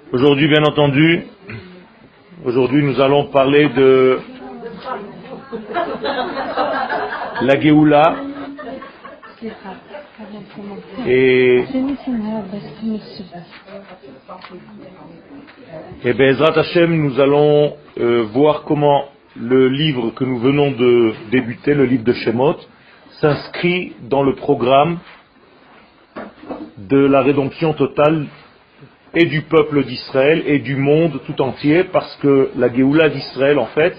Aujourd'hui, bien entendu, nous allons parler de la Géoula et Be'ezrat Hashem, nous allons voir comment le livre que nous venons de débuter, le livre de Shemot, s'inscrit dans le programme de la rédemption totale et du peuple d'Israël et du monde tout entier, parce que la Géoula d'Israël, en fait,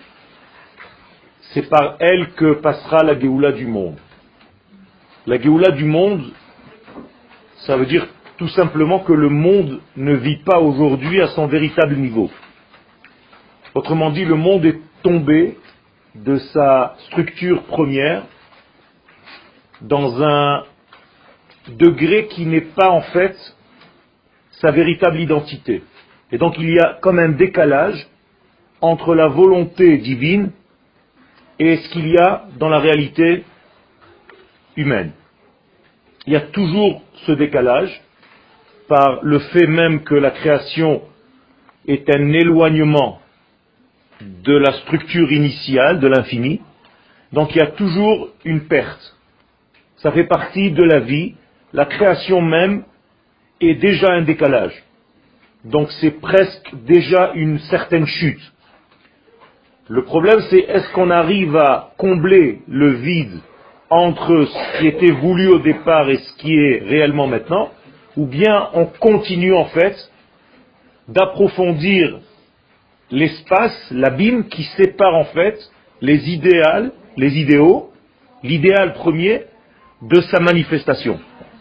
c'est par elle que passera la Géoula du monde. La Géoula du monde, ça veut dire tout simplement que le monde ne vit pas aujourd'hui à son véritable niveau. Autrement dit, le monde est tombé de sa structure première dans un degré qui n'est pas en fait sa véritable identité. Et donc il y a comme un décalage entre la volonté divine et ce qu'il y a dans la réalité humaine. Il y a toujours ce décalage par le fait même que la création est un éloignement de la structure initiale, de l'infini. Donc il y a toujours une perte. Ça fait partie de la vie. La création même est déjà un décalage. Donc c'est presque déjà une certaine chute. Le problème c'est, est-ce qu'on arrive à combler le vide entre ce qui était voulu au départ et ce qui est réellement maintenant, ou bien on continue en fait d'approfondir l'espace, l'abîme qui sépare en fait les idéaux, l'idéal premier de sa manifestation.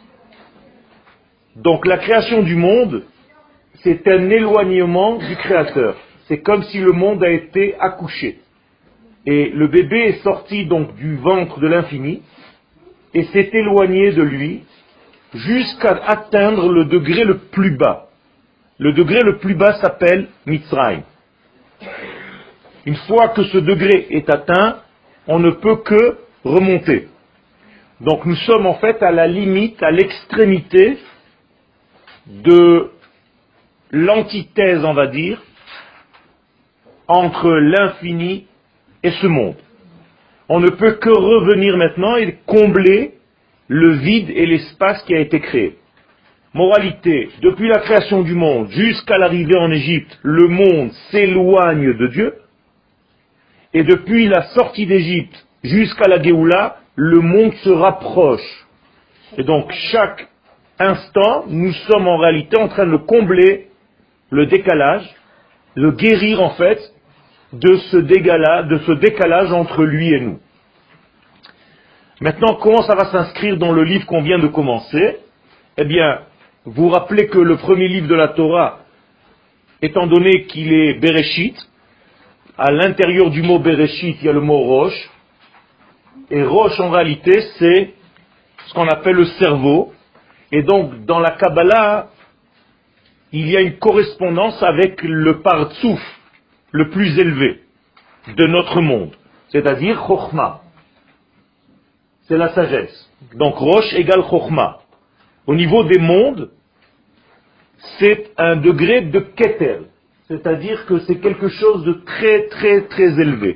Donc la création du monde, c'est un éloignement du Créateur. C'est comme si le monde a été accouché. Et le bébé est sorti donc du ventre de l'infini et s'est éloigné de lui jusqu'à atteindre le degré le plus bas. Le degré le plus bas s'appelle Mitzrayim. Une fois que ce degré est atteint, on ne peut que remonter. Donc nous sommes en fait à la limite, à l'extrémité de l'antithèse, on va dire, entre l'infini et ce monde. On ne peut que revenir maintenant et combler le vide et l'espace qui a été créé. Moralité, depuis la création du monde jusqu'à l'arrivée en Égypte, le monde s'éloigne de Dieu. Et depuis la sortie d'Égypte jusqu'à la Géoula, le monde se rapproche. Et donc chaque instant, nous sommes en réalité en train de combler le décalage, le guérir en fait de ce décalage entre lui et nous. Maintenant, comment ça va s'inscrire dans le livre qu'on vient de commencer? Eh bien, vous rappelez que le premier livre de la Torah, étant donné qu'il est Bereshit, à l'intérieur du mot Bereshit, il y a le mot Rosh, et Rosh en réalité c'est ce qu'on appelle le cerveau, et donc dans la Kabbalah, il y a une correspondance avec le Partsouf, le plus élevé de notre monde, c'est-à-dire Chokhmah. C'est la sagesse. Donc Rosh égale Chokhmah. Au niveau des mondes, c'est un degré de Keter, c'est-à-dire que c'est quelque chose de très très très élevé.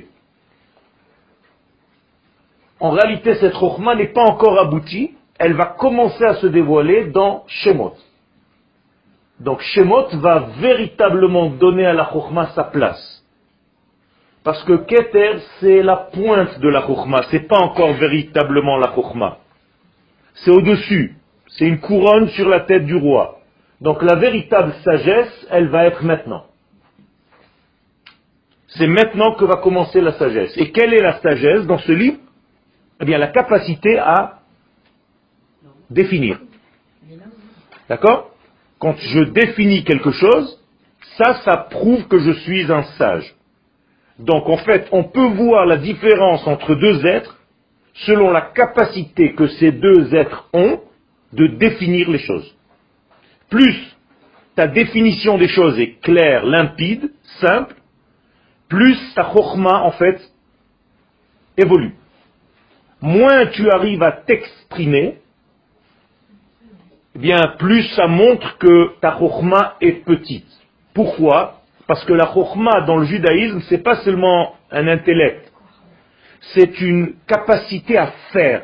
En réalité, cette Chokhmah n'est pas encore aboutie, elle va commencer à se dévoiler dans Shemot. Donc Shemot va véritablement donner à la Chokhmah sa place. Parce que Keter, c'est la pointe de la Chokhmah, c'est pas encore véritablement la Chokhmah. C'est au-dessus, c'est une couronne sur la tête du roi. Donc la véritable sagesse, elle va être maintenant. C'est maintenant que va commencer la sagesse. Et quelle est la sagesse dans ce livre? Eh bien la capacité à définir. D'accord? Quand je définis quelque chose, ça prouve que je suis un sage. Donc en fait, on peut voir la différence entre deux êtres selon la capacité que ces deux êtres ont de définir les choses. Plus ta définition des choses est claire, limpide, simple, plus ta chokhmah en fait évolue. Moins tu arrives à t'exprimer, eh bien, plus ça montre que ta chokhma est petite. Pourquoi? Parce que la chokhma dans le judaïsme, c'est pas seulement un intellect, c'est une capacité à faire.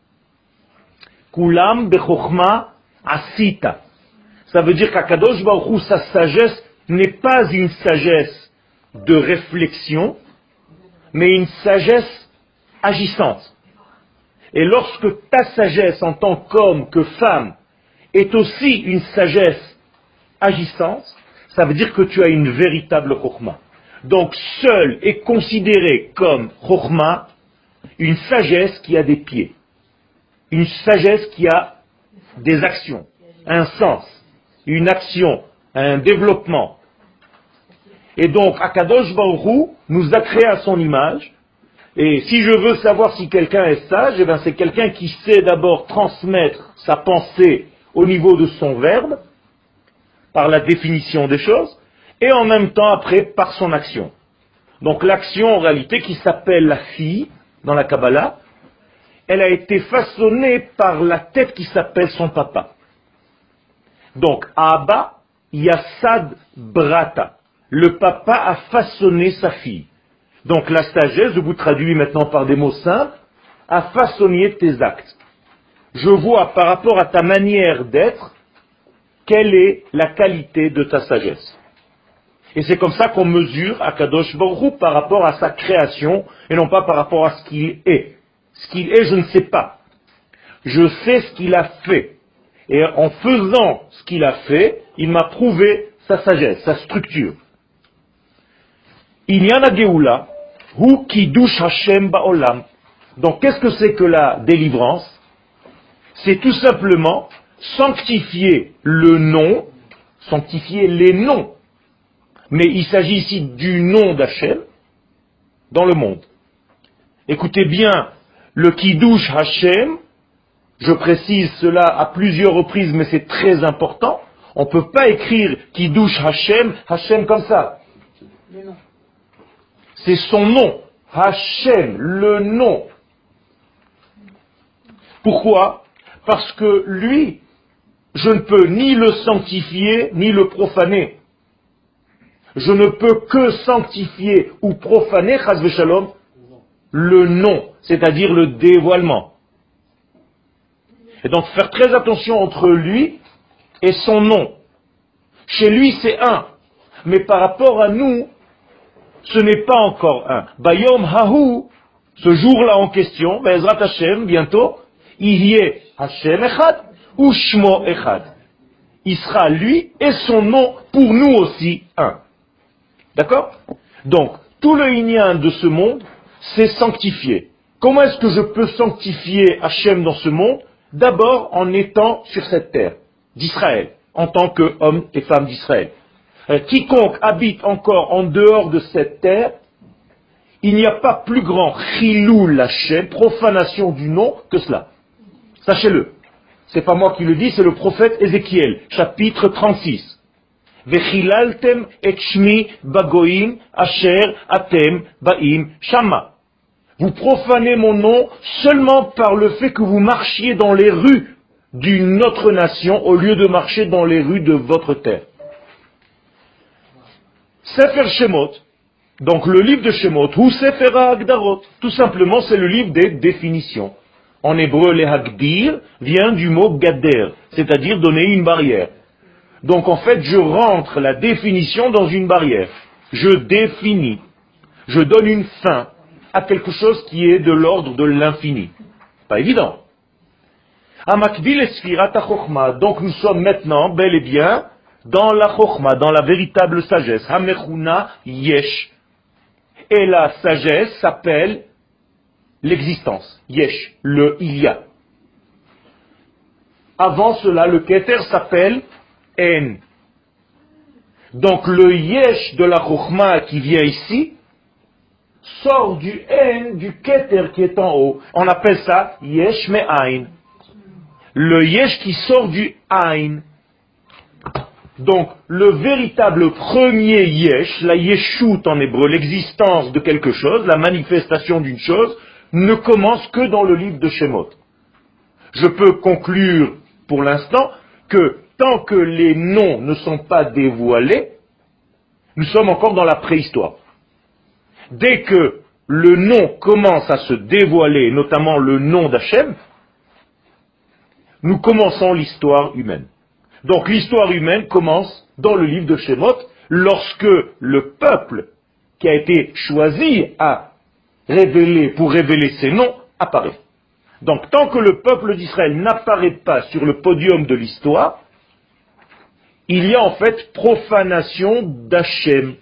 Kulam bechokhma asita. Ça veut dire qu'Akadosh Baruch Hu, sa sagesse n'est pas une sagesse de réflexion, mais une sagesse agissante. Et lorsque ta sagesse en tant qu'homme, que femme, est aussi une sagesse agissante, ça veut dire que tu as une véritable chokhma. Donc seul est considéré comme chokhma une sagesse qui a des pieds, une sagesse qui a des actions, un sens, une action, un développement. Et donc Akadosh Baruch Hu nous a créé à son image. Et si je veux savoir si quelqu'un est sage, eh bien c'est quelqu'un qui sait d'abord transmettre sa pensée au niveau de son verbe, par la définition des choses, et en même temps après par son action. Donc l'action en réalité qui s'appelle la fille dans la Kabbalah, elle a été façonnée par la tête qui s'appelle son papa. Donc Abba Yassad Brata, le papa a façonné sa fille. Donc la sagesse, je vous traduis maintenant par des mots simples, a façonné tes actes. Je vois par rapport à ta manière d'être, quelle est la qualité de ta sagesse. Et c'est comme ça qu'on mesure Akadosh Baruch Hu par rapport à sa création, et non pas par rapport à ce qu'il est. Ce qu'il est, je ne sais pas. Je sais ce qu'il a fait. Et en faisant ce qu'il a fait, il m'a prouvé sa sagesse, sa structure. Inyana Geoula, Hu Kiddush Hashem Ba'olam. Donc qu'est-ce que c'est que la délivrance? C'est tout simplement sanctifier le nom, sanctifier les noms. Mais il s'agit ici du nom d'Hachem dans le monde. Écoutez bien, le Kiddush Hashem, je précise cela à plusieurs reprises, mais c'est très important. On ne peut pas écrire Kiddush Hashem, Hashem comme ça. C'est son nom. Hashem, le nom. Pourquoi? Parce que lui, je ne peux ni le sanctifier, ni le profaner. Je ne peux que sanctifier ou profaner, chas v'shalom, le nom, c'est-à-dire le dévoilement. Et donc faire très attention entre lui et son nom. Chez lui c'est un, mais par rapport à nous, ce n'est pas encore un. Bayom Hahu, ce jour-là en question, Be'ezrat Hashem, bientôt, Ihyeh Hashem Echad ou Shmo Echad. Il sera lui et son nom pour nous aussi un. D'accord? Donc, tout le inyan de ce monde, c'est sanctifier. Comment est-ce que je peux sanctifier Hachem dans ce monde? D'abord en étant sur cette terre, d'Israël, en tant qu'homme et femme d'Israël. Quiconque habite encore en dehors de cette terre, il n'y a pas plus grand chilul Hachem, profanation du nom, que cela. Sachez-le. C'est pas moi qui le dis, c'est le prophète Ézéchiel, chapitre 36. Vechilaltem et shmi bagoim asher atem baim shama. Vous profanez mon nom seulement par le fait que vous marchiez dans les rues d'une autre nation au lieu de marcher dans les rues de votre terre. Sefer Shemot, donc le livre de Shemot, ou Sefer Hagdarot, tout simplement c'est le livre des définitions. En hébreu, les Hagdir vient du mot Gader, c'est-à-dire donner une barrière. Donc en fait, je rentre la définition dans une barrière. Je définis. Je donne une fin à quelque chose qui est de l'ordre de l'infini. Pas évident. Amakbil esfirat ha-chokhma. Donc nous sommes maintenant, bel et bien, dans la chokhma, dans la véritable sagesse. Hamechuna yesh. Et la sagesse s'appelle l'existence. Yesh, le il y a. Avant cela, le keter s'appelle en. Donc le yesh de la chokhma qui vient ici sort du en, du keter qui est en haut. On appelle ça yesh me'ain. Le yesh qui sort du ain. Donc le véritable premier yesh, la yeshut en hébreu, l'existence de quelque chose, la manifestation d'une chose, ne commence que dans le livre de Shemot. Je peux conclure pour l'instant que tant que les noms ne sont pas dévoilés, nous sommes encore dans la préhistoire. Dès que le nom commence à se dévoiler, notamment le nom d'Hachem, nous commençons l'histoire humaine. Donc l'histoire humaine commence dans le livre de Shemot, lorsque le peuple qui a été choisi à révéler, pour révéler ses noms, apparaît. Donc tant que le peuple d'Israël n'apparaît pas sur le podium de l'histoire, il y a en fait profanation d'Hachem.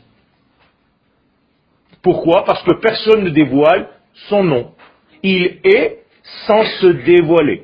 Pourquoi? Parce que personne ne dévoile son nom. Il est sans se dévoiler.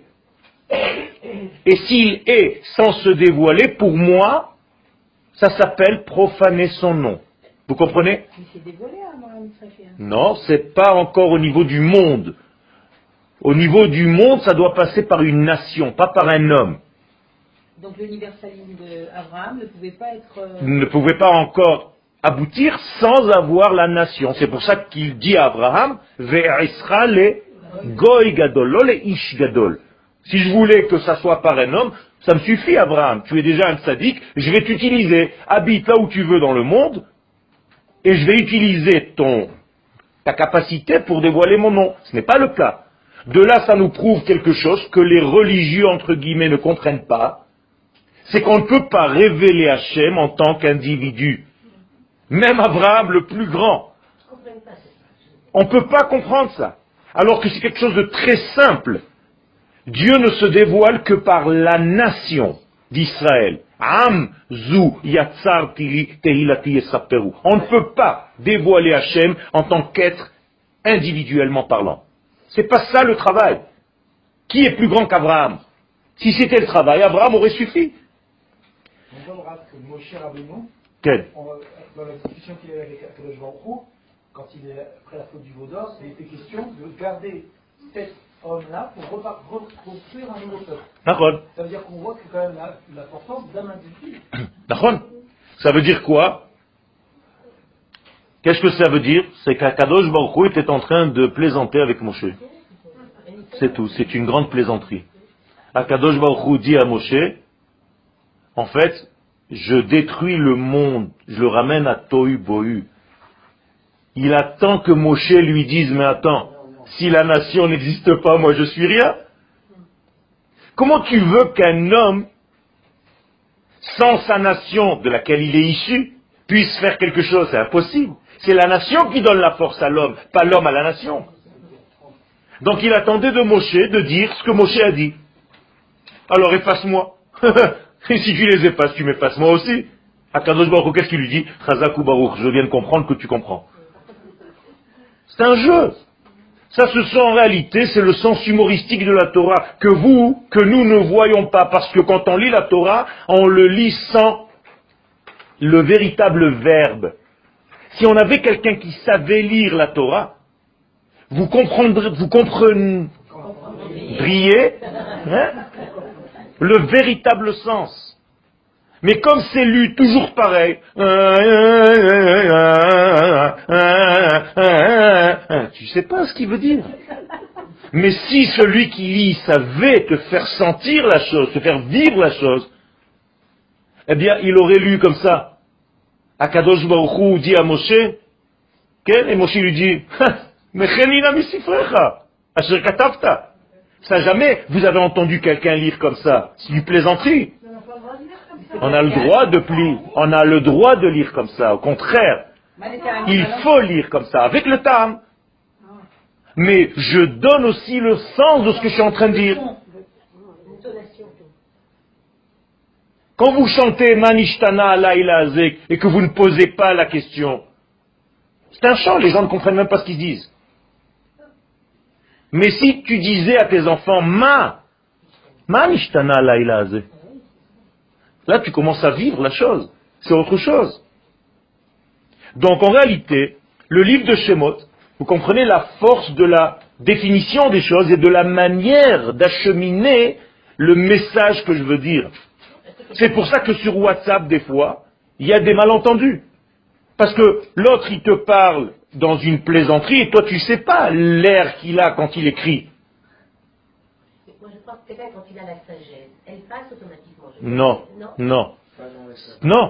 Et s'il est sans se dévoiler, pour moi, ça s'appelle profaner son nom. Vous comprenez? Il s'est dévoilé à Abraham. Non, c'est pas encore au niveau du monde. Au niveau du monde, ça doit passer par une nation, pas par un homme. Donc l'universalisme d'Abraham ne pouvait pas être... Ne pouvait pas encore aboutir sans avoir la nation. C'est pour ça qu'il dit à Abraham, Ve'isra le goy gadol, lo le ish gadol. Si je voulais que ça soit par un homme, ça me suffit, Abraham. Tu es déjà un sadique, je vais t'utiliser. Habite là où tu veux dans le monde, et je vais utiliser ta capacité pour dévoiler mon nom. Ce n'est pas le cas. De là, ça nous prouve quelque chose que les religieux, entre guillemets, ne comprennent pas. C'est qu'on ne peut pas révéler Hachem en tant qu'individu. Même Abraham, le plus grand. On ne peut pas comprendre ça. Alors que c'est quelque chose de très simple. Dieu ne se dévoile que par la nation d'Israël. Am zu yatsar tehilati yesaperu. On ne peut pas dévoiler Hachem en tant qu'être individuellement parlant. C'est pas ça le travail. Qui est plus grand qu'Abraham? Si c'était le travail, Abraham aurait suffi. On voit que Moshe Rabbeinu, Quel? dans la discussion qu'il a eu avec Akadosh Baruch Hu, quand il est après la faute du veau d'or, il était question de garder cet homme-là pour reconstruire un nouveau peuple. D'accord. Ça veut dire qu'on voit que quand même l'importance d'un individu. D'accord. Ça veut dire quoi? Qu'est-ce que ça veut dire? C'est qu'Akadosh Baruch Hu était en train de plaisanter avec Moshe. C'est tout. C'est une grande plaisanterie. Akadosh Baruch Hu dit à Moshe, en fait, je détruis le monde, je le ramène à Tohu Bohu. Il attend que Moshe lui dise, mais attends, si la nation n'existe pas, moi je suis rien. Comment tu veux qu'un homme, sans sa nation de laquelle il est issu, puisse faire quelque chose? C'est impossible. C'est la nation qui donne la force à l'homme, pas l'homme à la nation. Donc il attendait de Moshe de dire ce que Moshe a dit. Alors efface-moi. Et si tu les effaces, tu m'effaces moi aussi. Akadosh Baruch Hu, qu'est-ce qu'il lui dit? Chazaku Baruch, je viens de comprendre que tu comprends. C'est un jeu. Ça, ce sont en réalité, c'est le sens humoristique de la Torah, que nous ne voyons pas, parce que quand on lit la Torah, on le lit sans le véritable verbe. Si on avait quelqu'un qui savait lire la Torah, vous comprendriez hein, le véritable sens. Mais comme c'est lu toujours pareil, tu sais pas ce qu'il veut dire. Mais si celui qui lit savait te faire sentir la chose, te faire vivre la chose, eh bien, il aurait lu comme ça. Akadosh Baruch Hu dit à Moshe, et Moshe lui dit, Mechenina misifrecha, asher katavta. Ça jamais, vous avez entendu quelqu'un lire comme ça. C'est du plaisanterie. On a le droit de lire comme ça. Au contraire, il faut lire comme ça, avec le tam. Mais je donne aussi le sens de ce que je suis en train de dire. Quand vous chantez Manishtana Laila Azek et que vous ne posez pas la question, c'est un chant, les gens ne comprennent même pas ce qu'ils disent. Mais si tu disais à tes enfants Manishtana Laila Azek, là, tu commences à vivre la chose. C'est autre chose. Donc, en réalité, le livre de Shemot, vous comprenez la force de la définition des choses et de la manière d'acheminer le message que je veux dire. C'est pour ça que sur WhatsApp, des fois, il y a des malentendus. Parce que l'autre, il te parle dans une plaisanterie et toi, tu ne sais pas l'air qu'il a quand il écrit. Moi, je pense que quelqu'un, quand il a la sagesse, elle passe automatiquement. Non, non, non,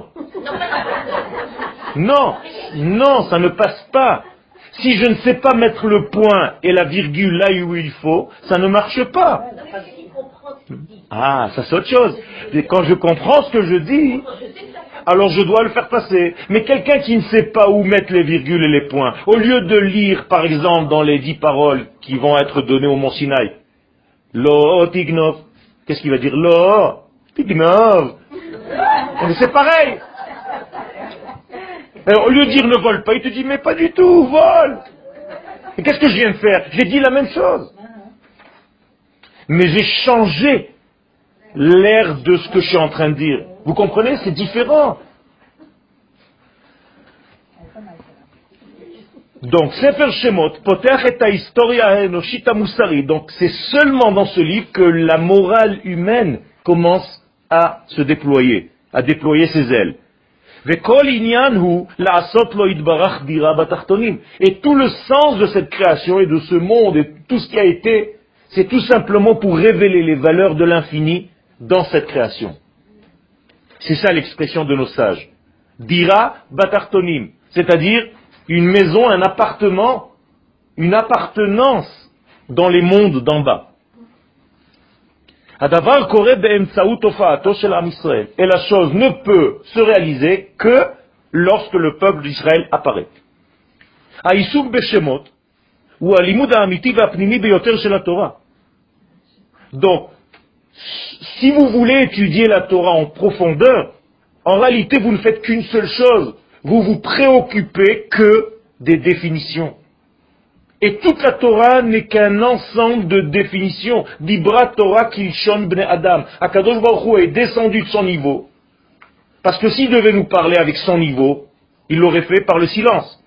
non, non, ça ne passe pas. Si je ne sais pas mettre le point et la virgule là où il faut, ça ne marche pas. Ah, ça c'est autre chose. Et quand je comprends ce que je dis, alors je dois le faire passer. Mais quelqu'un qui ne sait pas où mettre les virgules et les points, au lieu de lire, par exemple, dans les 10 paroles qui vont être données au Mont Sinaï, Lo tignov, qu'est-ce qu'il va dire? Lo tignov. Mais c'est pareil. Alors, au lieu de dire ne vole pas, il te dit mais pas du tout, vole. Et qu'est-ce que je viens de faire? J'ai dit la même chose. Mais j'ai changé l'air de ce que je suis en train de dire. Vous comprenez? C'est différent. Donc, Sefer Shemot, Poter et ta historia enoshita musari. Donc, c'est seulement dans ce livre que la morale humaine commence à se déployer, à déployer ses ailes. Et tout le sens de cette création et de ce monde et tout ce qui a été, c'est tout simplement pour révéler les valeurs de l'infini dans cette création. C'est ça l'expression de nos sages. Dira batartonim, c'est-à-dire une maison, un appartement, une appartenance dans les mondes d'en bas. Et la chose ne peut se réaliser que lorsque le peuple d'Israël apparaît. Donc, si vous voulez étudier la Torah en profondeur, en réalité vous ne faites qu'une seule chose, vous vous préoccupez que des définitions. Et toute la Torah n'est qu'un ensemble de définitions. Dibra Torah Kilshon Bnei Adam. Akadosh Baruch Hu est descendu de son niveau. Parce que s'il devait nous parler avec son niveau, il l'aurait fait par le silence.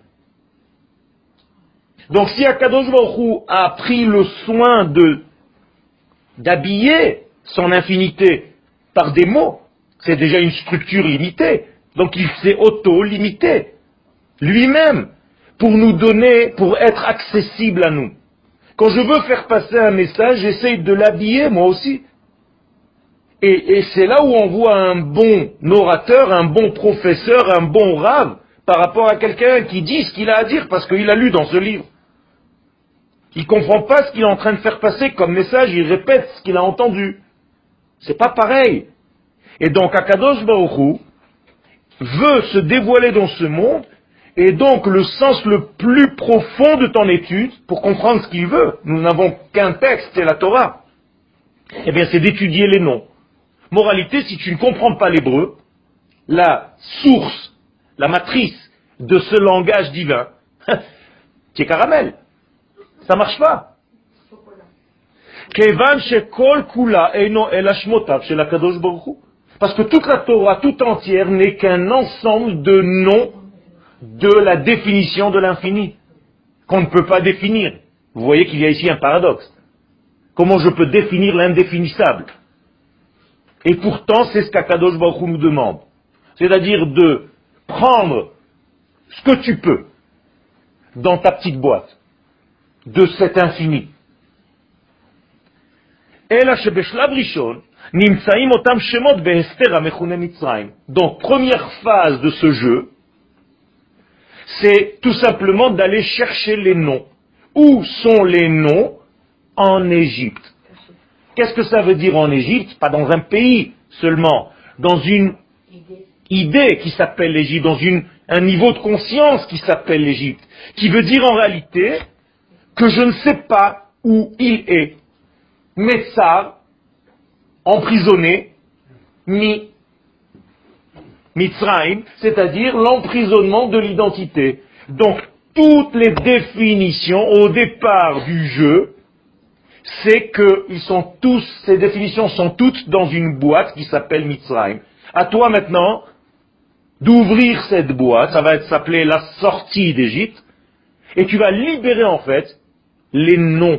Donc si Akadosh Baruch Hu a pris le soin d'habiller son infinité par des mots, c'est déjà une structure limitée. Donc il s'est auto-limité lui-même pour nous donner, pour être accessible à nous. Quand je veux faire passer un message, j'essaye de l'habiller moi aussi. Et c'est là où on voit un bon orateur, un bon professeur, un bon rave, par rapport à quelqu'un qui dit ce qu'il a à dire, parce qu'il a lu dans ce livre. Il ne comprend pas ce qu'il est en train de faire passer comme message, il répète ce qu'il a entendu. C'est pas pareil. Et donc Akadosh Baruch Hu veut se dévoiler dans ce monde, et donc le sens le plus profond de ton étude, pour comprendre ce qu'il veut, nous n'avons qu'un texte, c'est la Torah, eh bien c'est d'étudier les noms. Moralité, si tu ne comprends pas l'hébreu, la source, la matrice de ce langage divin, qui est caramel, ça marche pas. Parce que toute la Torah, tout entière, n'est qu'un ensemble de noms de la définition de l'infini, qu'on ne peut pas définir. Vous voyez qu'il y a ici un paradoxe. Comment je peux définir l'indéfinissable? Et pourtant, c'est ce qu'Akadosh Baruch Hu nous demande. C'est-à-dire de prendre ce que tu peux dans ta petite boîte de cet infini. Donc, première phase de ce jeu, c'est tout simplement d'aller chercher les noms. Où sont les noms? En Égypte. Qu'est-ce que ça veut dire en Égypte? Pas dans un pays seulement, dans une idée qui s'appelle l'Égypte, dans un niveau de conscience qui s'appelle l'Égypte, qui veut dire en réalité que je ne sais pas où il est. Metsar, emprisonné, Mitzrayim, c'est-à-dire l'emprisonnement de l'identité. Donc, toutes les définitions au départ du jeu, c'est que ces définitions sont toutes dans une boîte qui s'appelle Mitzrayim. À toi maintenant d'ouvrir cette boîte, ça va s'appeler la sortie d'Égypte, et tu vas libérer en fait les noms.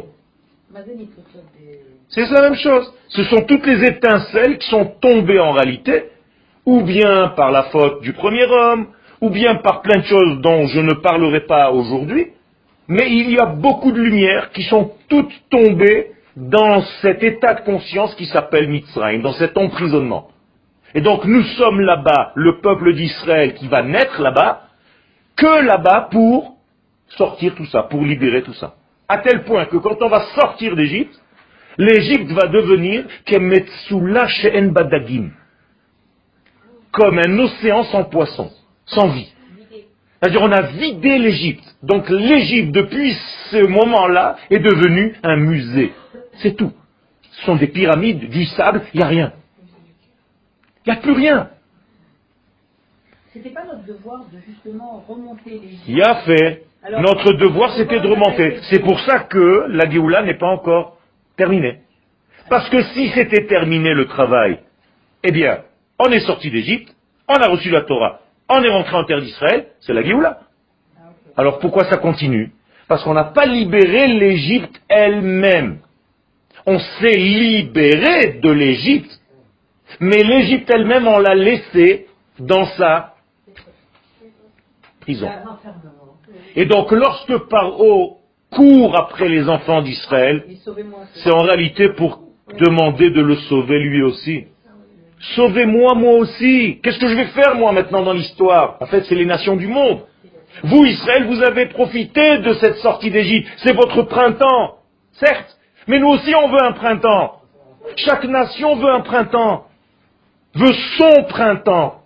C'est la même chose. Ce sont toutes les étincelles qui sont tombées en réalité, ou bien par la faute du premier homme, ou bien par plein de choses dont je ne parlerai pas aujourd'hui, mais il y a beaucoup de lumières qui sont toutes tombées dans cet état de conscience qui s'appelle Mitzrayim, dans cet emprisonnement. Et donc nous sommes là-bas, le peuple d'Israël qui va naître là-bas, que là-bas pour sortir tout ça, pour libérer tout ça. À tel point que quand on va sortir d'Égypte, l'Égypte va devenir Kemetsula She'en Badagim, comme un océan sans poissons, sans vie. C'est-à-dire on a vidé l'Égypte. Donc l'Égypte, depuis ce moment-là, est devenue un musée. C'est tout. Ce sont des pyramides, du sable, il n'y a rien. Il n'y a plus rien. C'était pas notre devoir de justement remonter l'Égypte. Il a fait. Alors, Notre devoir, c'était de remonter. C'est pour ça que la Géoula n'est pas encore terminée. Parce que si c'était terminé le travail, eh bien, on est sorti d'Égypte, on a reçu la Torah, on est rentré en terre d'Israël, c'est la Géoula. Alors pourquoi ça continue? Parce qu'on n'a pas libéré l'Égypte elle-même. On s'est libéré de l'Égypte, mais l'Égypte elle-même, on l'a laissée dans sa prison. Et donc lorsque Paro court après les enfants d'Israël, c'est en réalité pour demander de le sauver lui aussi. Sauvez-moi moi aussi. Qu'est-ce que je vais faire moi maintenant dans l'histoire? En fait, c'est les nations du monde. Vous, Israël, vous avez profité de cette sortie d'Égypte. C'est votre printemps, certes. Mais nous aussi, on veut un printemps. Chaque nation veut un printemps. Veut son printemps.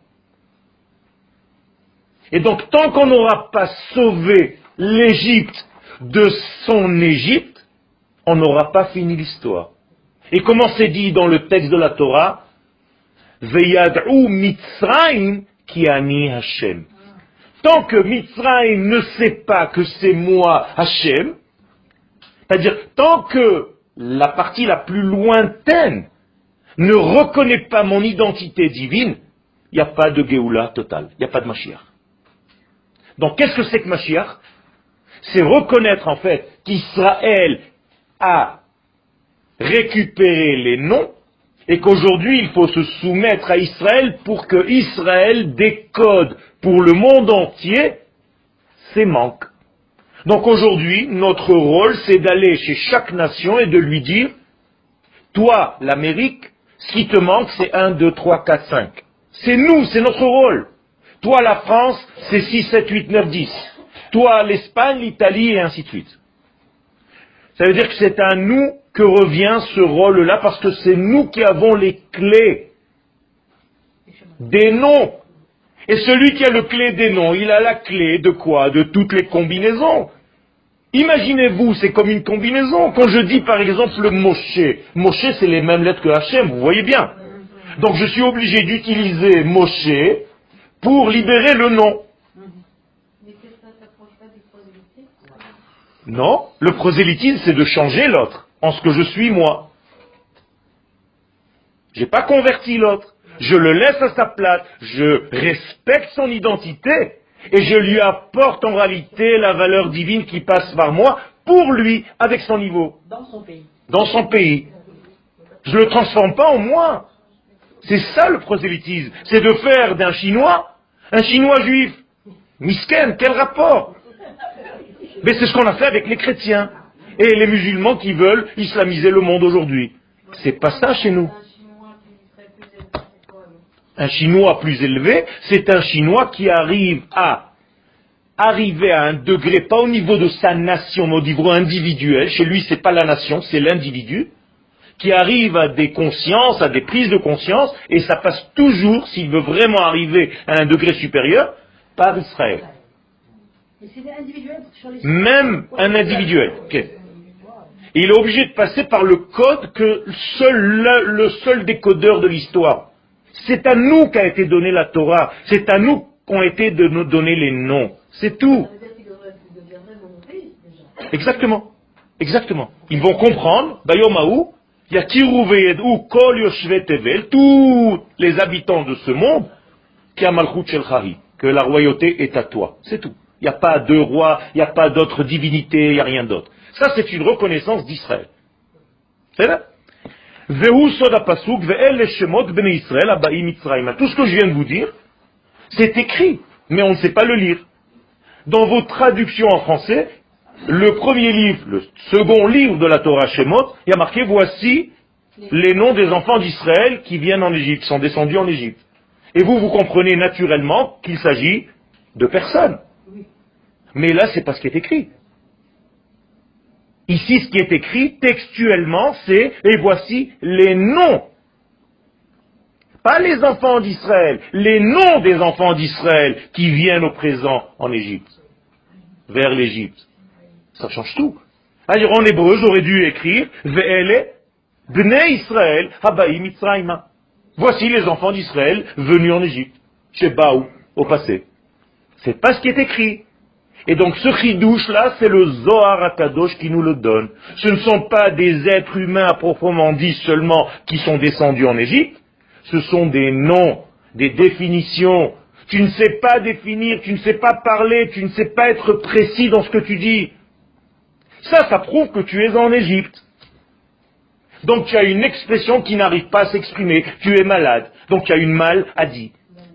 Et donc, tant qu'on n'aura pas sauvé l'Égypte de son Égypte, on n'aura pas fini l'histoire. Et comment c'est dit dans le texte de la Torah? Veyad'u Mitzrayim ki ani Hashem. Tant que Mitzrayim ne sait pas que c'est moi Hashem, c'est-à-dire tant que la partie la plus lointaine ne reconnaît pas mon identité divine, il n'y a pas de Géoula totale, il n'y a pas de Mashiach. Donc qu'est-ce que c'est que Mashiach? C'est reconnaître en fait qu'Israël a récupéré les noms et qu'aujourd'hui il faut se soumettre à Israël pour que Israël décode pour le monde entier ses manques. Donc aujourd'hui, notre rôle, c'est d'aller chez chaque nation et de lui dire, toi, l'Amérique, ce qui te manque, c'est 1, 2, 3, 4, 5. C'est nous, c'est notre rôle. Toi, la France, c'est 6, 7, 8, 9, 10. Toi, l'Espagne, l'Italie, et ainsi de suite. Ça veut dire que c'est à nous que revient ce rôle-là, parce que c'est nous qui avons les clés des noms. Et celui qui a le clé des noms, il a la clé de quoi? De toutes les combinaisons. Imaginez-vous, c'est comme une combinaison. Quand je dis par exemple le Moshe, Moshe c'est les mêmes lettres que Hachem, vous voyez bien. Donc je suis obligé d'utiliser Moshe pour libérer le nom. Non, le prosélytisme c'est de changer l'autre en ce que je suis moi. J'ai pas converti l'autre. Je le laisse à sa place, je respecte son identité et je lui apporte en réalité la valeur divine qui passe par moi pour lui, avec son niveau. Dans son pays. Dans son pays. Je ne le transforme pas en moi. C'est ça le prosélytisme. C'est de faire d'un Chinois un Chinois juif. Misken, quel rapport? Mais c'est ce qu'on a fait avec les chrétiens et les musulmans qui veulent islamiser le monde aujourd'hui. C'est pas ça chez nous. Un Chinois plus élevé, c'est un Chinois qui arrive à un degré, pas au niveau de sa nation, mais au niveau individuel. Chez lui, c'est pas la nation, c'est l'individu, qui arrive à des consciences, à des prises de conscience, et ça passe toujours, s'il veut vraiment arriver à un degré supérieur, par Israël. Même un individuel. Okay. Il est obligé de passer par le code que le seul décodeur de l'histoire. C'est à nous qu'a été donnée la Torah. C'est à nous qu'ont été de nous donner les noms. C'est tout. Exactement. Exactement. Ils vont comprendre, Bayomaou, Yakiru veyedou kol yoshve tevel, tous les habitants de ce monde, qui a malchut shel Chari, que la royauté est à toi. C'est tout. Il n'y a pas de roi, il n'y a pas d'autre divinité, il n'y a rien d'autre. Ça, c'est une reconnaissance d'Israël. C'est là. Tout ce que je viens de vous dire, c'est écrit, mais on ne sait pas le lire. Dans vos traductions en français, le premier livre, le second livre de la Torah Shemot, il y a marqué voici les noms des enfants d'Israël qui viennent en Égypte, sont descendus en Égypte. Et vous comprenez naturellement qu'il s'agit de personnes. Mais là, c'est pas ce qui est écrit. Ici, ce qui est écrit textuellement, c'est et voici les noms. Pas les enfants d'Israël, les noms des enfants d'Israël qui viennent au présent en Égypte, vers l'Égypte. Ça change tout. C'est-à-dire, en hébreu, j'aurais dû écrire Ve'ele Bnei Israël Habaim Mitzrayma. Voici les enfants d'Israël venus en Égypte, chez Baou, au passé. C'est pas ce qui est écrit. Et donc ce chidouche-là, c'est le Zohar HaKadosh qui nous le donne. Ce ne sont pas des êtres humains à proprement dit seulement qui sont descendus en Égypte. Ce sont des noms, des définitions. Tu ne sais pas définir, tu ne sais pas parler, tu ne sais pas être précis dans ce que tu dis. Ça prouve que tu es en Égypte. Donc tu as une expression qui n'arrive pas à s'exprimer. Tu es malade. Donc tu as une maladie.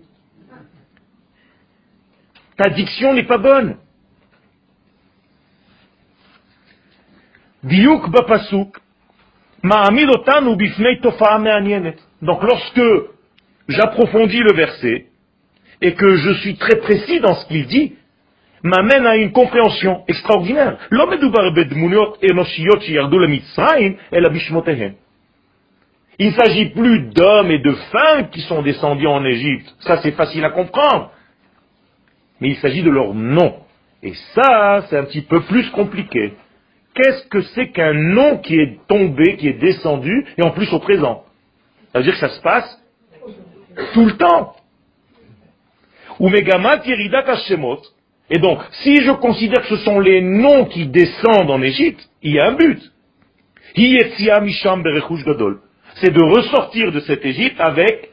Ta diction n'est pas bonne. Diuk bapasuk ma'amid otanu bifnei tofa'a me'anienet. Donc lorsque j'approfondis le verset et que je suis très précis dans ce qu'il dit, m'amène à une compréhension extraordinaire. Lo medubar bedmuniot enoshiyot sheyardu lemitzrayim ela bishmotehen. Il ne s'agit plus d'hommes et de femmes qui sont descendus en Égypte. Ça, c'est facile à comprendre. Mais il s'agit de leur nom. Et ça, c'est un petit peu plus compliqué. Qu'est-ce que c'est qu'un nom qui est tombé, qui est descendu, et en plus au présent? Ça veut dire que ça se passe tout le temps. Ou megamat yeridat hashemot. Et donc, si je considère que ce sont les noms qui descendent en Égypte, il y a un but. Hi yetzia misham berechush gadol. C'est de ressortir de cette Égypte avec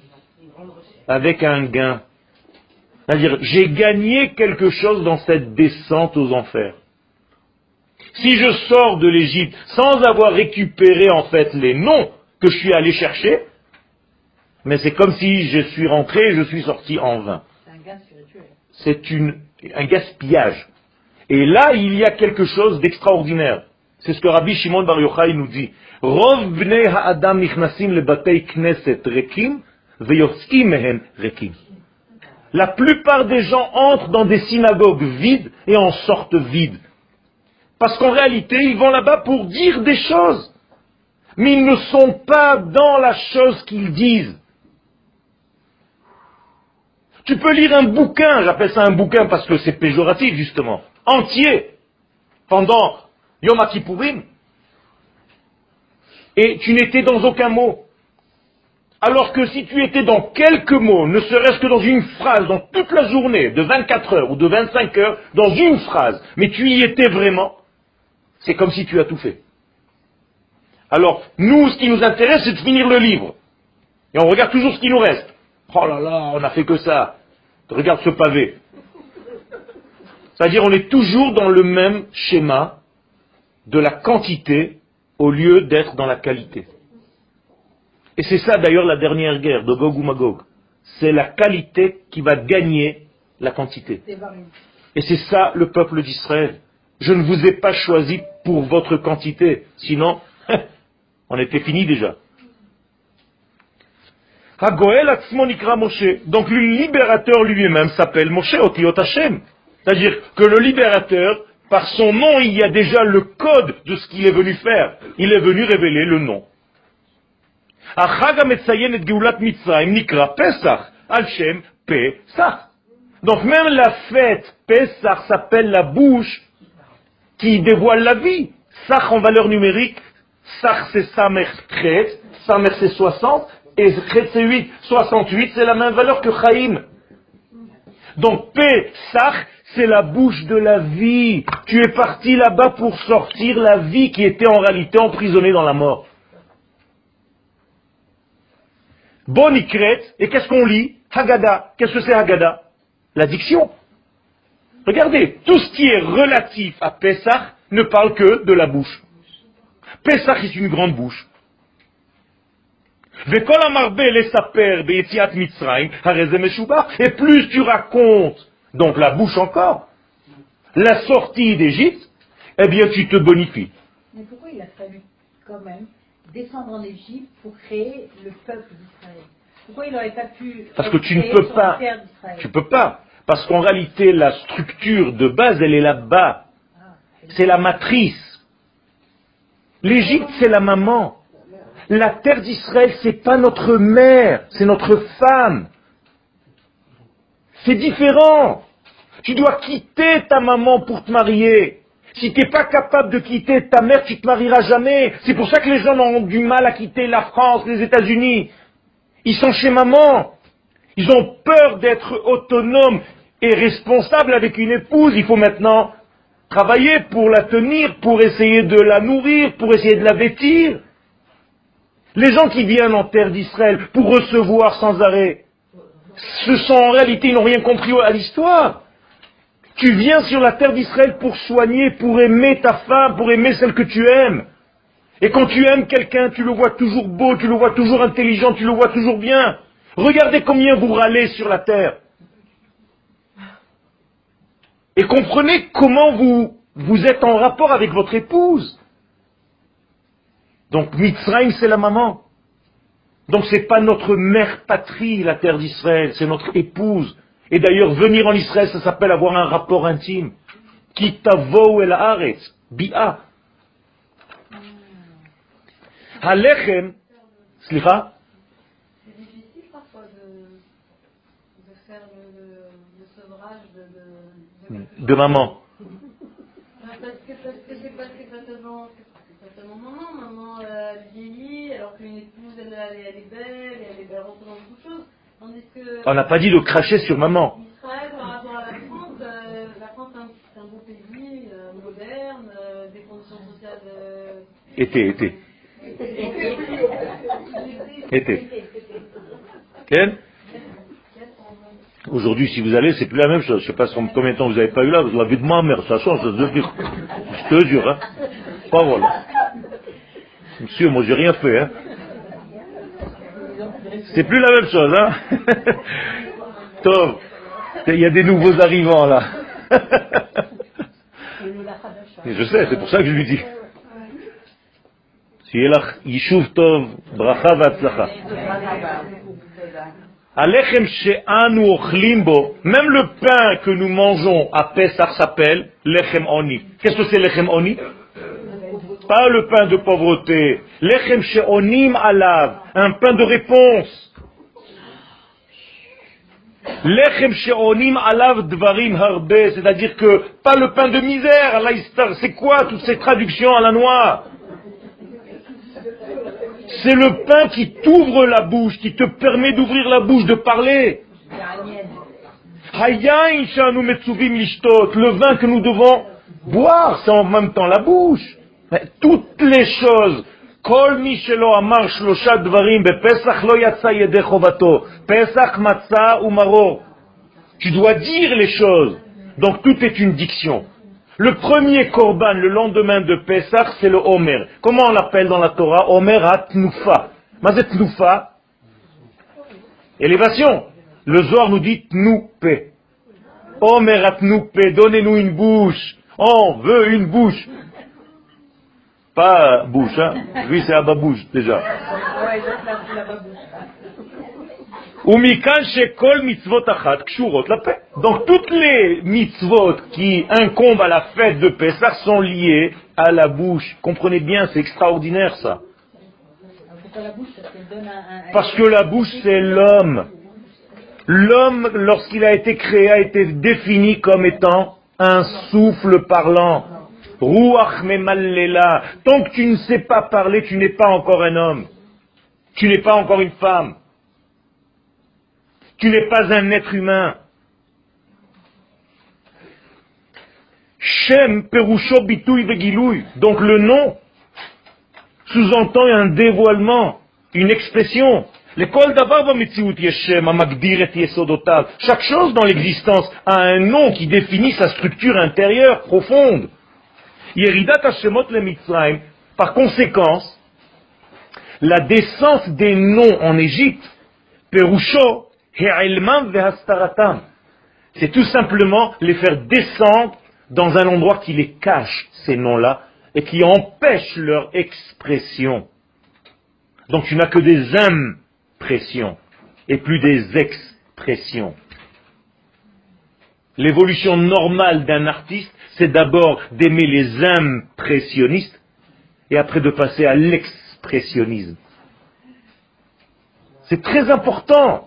un gain. C'est-à-dire, j'ai gagné quelque chose dans cette descente aux enfers. Si je sors de l'Égypte sans avoir récupéré en fait les noms que je suis allé chercher, mais c'est comme si je suis rentré et je suis sorti en vain. C'est un gain spirituel. C'est un gaspillage. Et là, il y a quelque chose d'extraordinaire. C'est ce que Rabbi Shimon Bar Yochai nous dit. Rov bnei ha'adam nichnasim lebatei knesset rekim veyotzim mehen rekim. La plupart des gens entrent dans des synagogues vides et en sortent vides. Parce qu'en réalité, ils vont là-bas pour dire des choses. Mais ils ne sont pas dans la chose qu'ils disent. Tu peux lire un bouquin, j'appelle ça un bouquin parce que c'est péjoratif justement, entier, pendant Yom HaKippourim, et tu n'étais dans aucun mot. Alors que si tu étais dans quelques mots, ne serait-ce que dans une phrase, dans toute la journée, de 24 heures ou de 25 heures, dans une phrase, mais tu y étais vraiment, c'est comme si tu as tout fait. Alors, nous, ce qui nous intéresse, c'est de finir le livre. Et on regarde toujours ce qui nous reste. Oh là là, on n'a fait que ça. Regarde ce pavé. C'est-à-dire, on est toujours dans le même schéma de la quantité au lieu d'être dans la qualité. Et c'est ça d'ailleurs la dernière guerre de Gog ou Magog. C'est la qualité qui va gagner la quantité. Et c'est ça le peuple d'Israël. Je ne vous ai pas choisi pour votre quantité, sinon on était fini déjà. Hagoel atzmo nikra Moshe. Donc le libérateur lui-même s'appelle Moshe Otiot Hashem. C'est-à-dire que le libérateur, par son nom, il y a déjà le code de ce qu'il est venu faire. Il est venu révéler le nom. Achag hametzayen et geulat Mitzrayim nikra Pesach al shem Pesach. Donc même la fête Pesach s'appelle la bouche qui dévoile la vie. Sach en valeur numérique, Sach c'est Samer Chet, Samer c'est 60, et Chet c'est 8. 68 c'est la même valeur que Chaim. Donc Pesach c'est la bouche de la vie. Tu es parti là-bas pour sortir la vie qui était en réalité emprisonnée dans la mort. Bonikret, et qu'est-ce qu'on lit? Haggadah. Qu'est-ce que c'est Haggadah? La diction. Regardez, tout ce qui est relatif à Pesach ne parle que de la bouche. Pesach est une grande bouche. Et plus tu racontes, donc la bouche encore, la sortie d'Égypte, eh bien tu te bonifies. Mais pourquoi il a fallu quand même descendre en Égypte pour créer le peuple d'Israël? Pourquoi il n'aurait pas pu Parce que tu ne créer peux sur pas. la terre d'Israël? Tu peux pas. Parce qu'en réalité, la structure de base, elle est là-bas. C'est la matrice. L'Égypte, c'est la maman. La terre d'Israël, c'est pas notre mère, c'est notre femme. C'est différent. Tu dois quitter ta maman pour te marier. Si tu n'es pas capable de quitter ta mère, tu ne te marieras jamais. C'est pour ça que les gens ont du mal à quitter la France, les États-Unis. Ils sont chez maman. Ils ont peur d'être autonomes et responsables avec une épouse. Il faut maintenant travailler pour la tenir, pour essayer de la nourrir, pour essayer de la vêtir. Les gens qui viennent en terre d'Israël pour recevoir sans arrêt, ce sont en réalité, ils n'ont rien compris à l'histoire. Tu viens sur la terre d'Israël pour soigner, pour aimer ta femme, pour aimer celle que tu aimes. Et quand tu aimes quelqu'un, tu le vois toujours beau, tu le vois toujours intelligent, tu le vois toujours bien. Regardez combien vous râlez sur la terre. Et comprenez comment vous êtes en rapport avec votre épouse. Donc Mitzrayim, c'est la maman. Donc c'est pas notre mère patrie, la terre d'Israël, c'est notre épouse. Et d'ailleurs, venir en Israël, ça s'appelle avoir un rapport intime. Ki tavou el haaretz, bi'a. Halechem, slicha. C'est difficile parfois de faire le sevrage De maman. Parce que c'est pas seulement maman vieillit, alors qu'une épouse elle est belle, elle rentre dans beaucoup de choses. Tandis que On n'a pas dit de cracher sur maman. Israël par rapport à la France c'est un beau pays, moderne, des conditions sociales. Été. Ken? Aujourd'hui, si vous allez, c'est plus la même chose. Je ne sais pas combien de temps vous n'avez pas eu là, la vie de ma mère, ça change, ça se dire. Je te jure, hein. Parole. Monsieur, moi j'ai rien fait, hein. C'est plus la même chose, hein. Tom, il y a des nouveaux arrivants là. Et je sais, c'est pour ça que je lui dis. Shielach Yishuv Tov, Bracha Vatzlacha. Alechem she'anu ochlim bo, même le pain que nous mangeons à Pessah s'appelle lechem oni. Qu'est-ce que c'est lechem oni? Pas le pain de pauvreté. Lechem she'onim alav, un pain de réponse. Lechem she'onim alav dvarim harbe, c'est-à-dire que pas le pain de misère. C'est quoi toutes ces traductions à la noix? C'est le pain qui t'ouvre la bouche, qui te permet d'ouvrir la bouche, de parler. Le vin que nous devons boire, c'est en même temps la bouche. Mais toutes les choses. Tu dois dire les choses. Donc tout est une diction. Le premier korban, le lendemain de Pesach, c'est le Omer. Comment on l'appelle dans la Torah? Omer ha-tnufa. Mazet tnufa? Élévation. Le Zohar nous dit tnupe. Omer ha-tnupe, donnez-nous une bouche. On veut une bouche. Pas bouche, hein. Lui, c'est Abba-bouche, déjà. Donc toutes les mitzvot qui incombent à la fête de Pessah sont liées à la bouche. Comprenez bien, c'est extraordinaire ça. Parce que la bouche c'est l'homme. L'homme, lorsqu'il a été créé, a été défini comme étant un souffle parlant. Ruach memallela. Tant que tu ne sais pas parler, tu n'es pas encore un homme. Tu n'es pas encore une femme. Tu n'es pas un être humain. Shem perusho bituy vegilouy. Donc le nom sous-entend un dévoilement, une expression. Chaque chose dans l'existence a un nom qui définit sa structure intérieure profonde. Par conséquence, la descente des noms en Égypte, perusho, c'est tout simplement les faire descendre dans un endroit qui les cache, ces noms-là, et qui empêche leur expression. Donc tu n'as que des impressions, et plus des expressions. L'évolution normale d'un artiste, c'est d'abord d'aimer les impressionnistes, et après de passer à l'expressionnisme. C'est très important.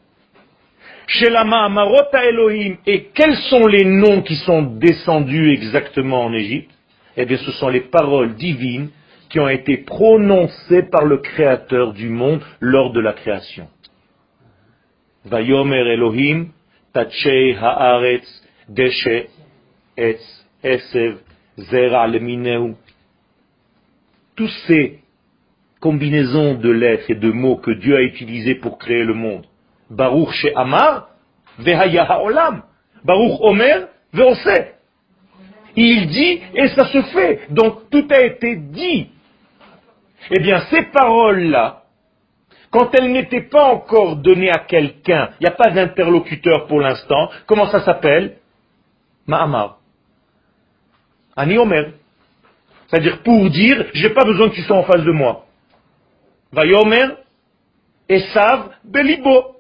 Chez la Ma'amarot Elohim, et quels sont les noms qui sont descendus exactement en Égypte? Eh bien, ce sont les paroles divines qui ont été prononcées par le Créateur du monde lors de la création. Vayomer Elohim, Tachei Haaretz, Deshe, Etz, Esev, Zera Lemineu. Tous ces combinaisons de lettres et de mots que Dieu a utilisés pour créer le monde. Baruch She'amar, Vehaya Ha'olam. Baruch Omer, Ve'oseh. Il dit et ça se fait. Donc tout a été dit. Eh bien, ces paroles-là, quand elles n'étaient pas encore données à quelqu'un, il n'y a pas d'interlocuteur pour l'instant, comment ça s'appelle? Ma'amar. Ani Omer. C'est-à-dire pour dire, j'ai pas besoin que tu sois en face de moi. Vayomer, Esav, Belibo.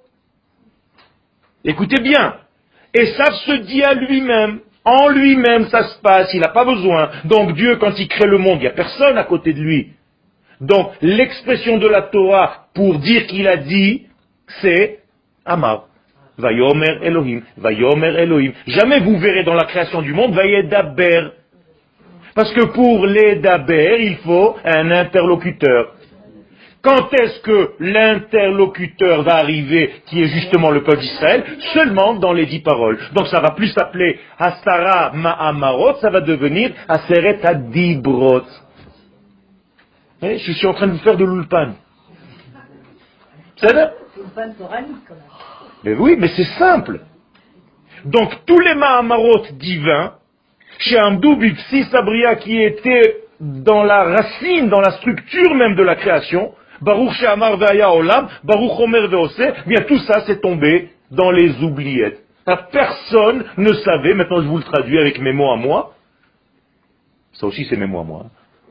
Écoutez bien. Esav se dit à lui-même, en lui-même ça se passe, il n'a pas besoin. Donc Dieu, quand il crée le monde, il n'y a personne à côté de lui. Donc l'expression de la Torah pour dire qu'il a dit, c'est Amar. Vayomer Elohim, Vayomer Elohim. Jamais vous verrez dans la création du monde, Vayedaber. Parce que pour les daber, il faut un interlocuteur. Quand est-ce que l'interlocuteur va arriver, qui est justement le peuple d'Israël? Seulement dans les 10 paroles. Donc ça va plus s'appeler Hastara Ma'amarot, ça va devenir Aseret Adibrot. Je suis en train de vous faire de l'ulpan. C'est ça? L'ulpan toranique, quand même. Mais oui, mais c'est simple. Donc tous les Ma'amarot divins, chez Amdou Bipsi Sabria, qui était dans la racine, dans la structure même de la création, Baruch She'amar Ve'aya Olam, Baruch Omer Ve'oseh, bien tout ça c'est tombé dans les oubliettes. Personne ne savait, maintenant je vous le traduis avec mes mots à moi, ça aussi c'est mes mots à moi.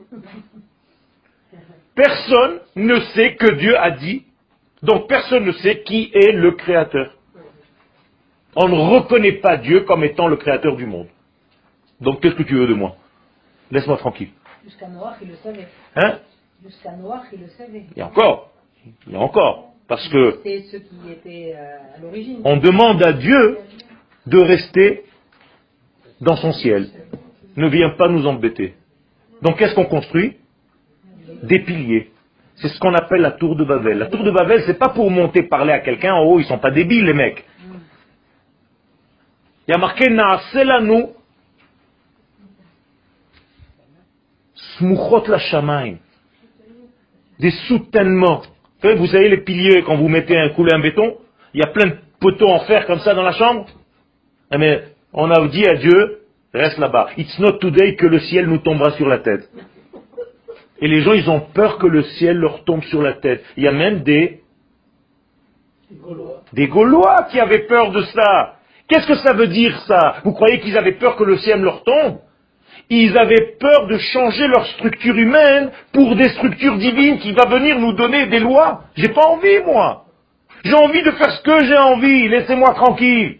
Personne ne sait que Dieu a dit, donc personne ne sait qui est le Créateur. On ne reconnaît pas Dieu comme étant le Créateur du monde. Donc qu'est-ce que tu veux de moi? Laisse-moi tranquille. Jusqu'à Noach, il le savait. Hein? Jusqu'à Noach, il le savait. Il y a encore. Parce que c'est ceux qui étaient à l'origine. On demande à Dieu de rester dans son ciel. Ne viens pas nous embêter. Donc qu'est-ce qu'on construit? Des piliers. C'est ce qu'on appelle la tour de Babel. La tour de Babel, c'est pas pour monter parler à quelqu'un en haut, ils sont pas débiles les mecs. Il y a marqué Na'aselanu Smuchot la Shamaim. Des soutènements. Vous savez les piliers, quand vous mettez un béton, il y a plein de poteaux en fer comme ça dans la chambre. Mais on a dit à Dieu, reste là-bas. It's not today que le ciel nous tombera sur la tête. Et les gens, ils ont peur que le ciel leur tombe sur la tête. Il y a même des Gaulois qui avaient peur de ça. Qu'est-ce que ça veut dire ça? Vous croyez qu'ils avaient peur que le ciel leur tombe? Ils avaient peur de changer leur structure humaine pour des structures divines qui vont venir nous donner des lois. J'ai pas envie, moi. J'ai envie de faire ce que j'ai envie. Laissez-moi tranquille.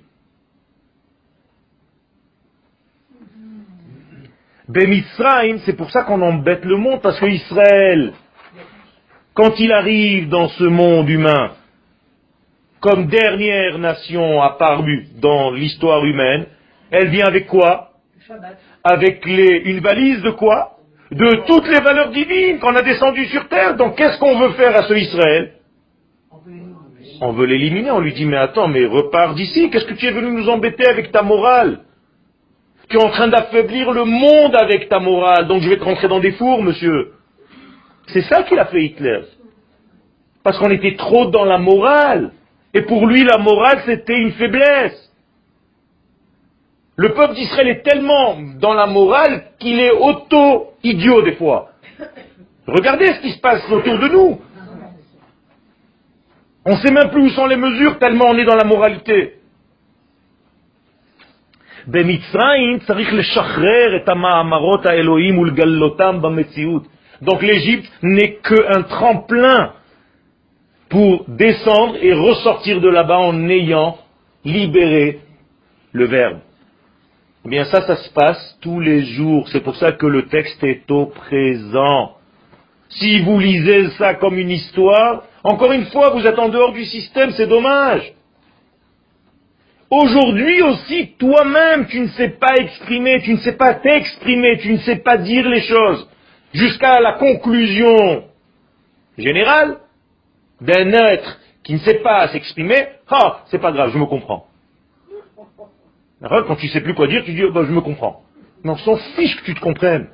Bemitzraïm, c'est pour ça qu'on embête le monde, parce que Israël, quand il arrive dans ce monde humain, comme dernière nation apparue dans l'histoire humaine, elle vient avec quoi? Avec une valise de quoi? De toutes les valeurs divines qu'on a descendues sur terre. Donc qu'est-ce qu'on veut faire à ce Israël? On veut l'éliminer. On lui dit, mais attends, mais repars d'ici. Qu'est-ce que tu es venu nous embêter avec ta morale? Tu es en train d'affaiblir le monde avec ta morale. Donc je vais te rentrer dans des fours, monsieur. C'est ça qu'il a fait Hitler. Parce qu'on était trop dans la morale. Et pour lui, la morale, c'était une faiblesse. Le peuple d'Israël est tellement dans la morale qu'il est auto-idiot des fois. Regardez ce qui se passe autour de nous. On ne sait même plus où sont les mesures tellement on est dans la moralité. במצרים צריך לשחרר את המאמרות האלוהים ולגלותם במציאות. Donc l'Égypte n'est qu'un tremplin pour descendre et ressortir de là-bas en ayant libéré le Verbe. Eh bien ça se passe tous les jours. C'est pour ça que le texte est au présent. Si vous lisez ça comme une histoire, encore une fois, vous êtes en dehors du système, c'est dommage. Aujourd'hui aussi, toi-même, tu ne sais pas exprimer, tu ne sais pas t'exprimer, tu ne sais pas dire les choses. Jusqu'à la conclusion générale d'un être qui ne sait pas s'exprimer, c'est pas grave, je me comprends. Quand tu sais plus quoi dire, tu dis, je me comprends. Mais on s'en fiche que tu te comprennes.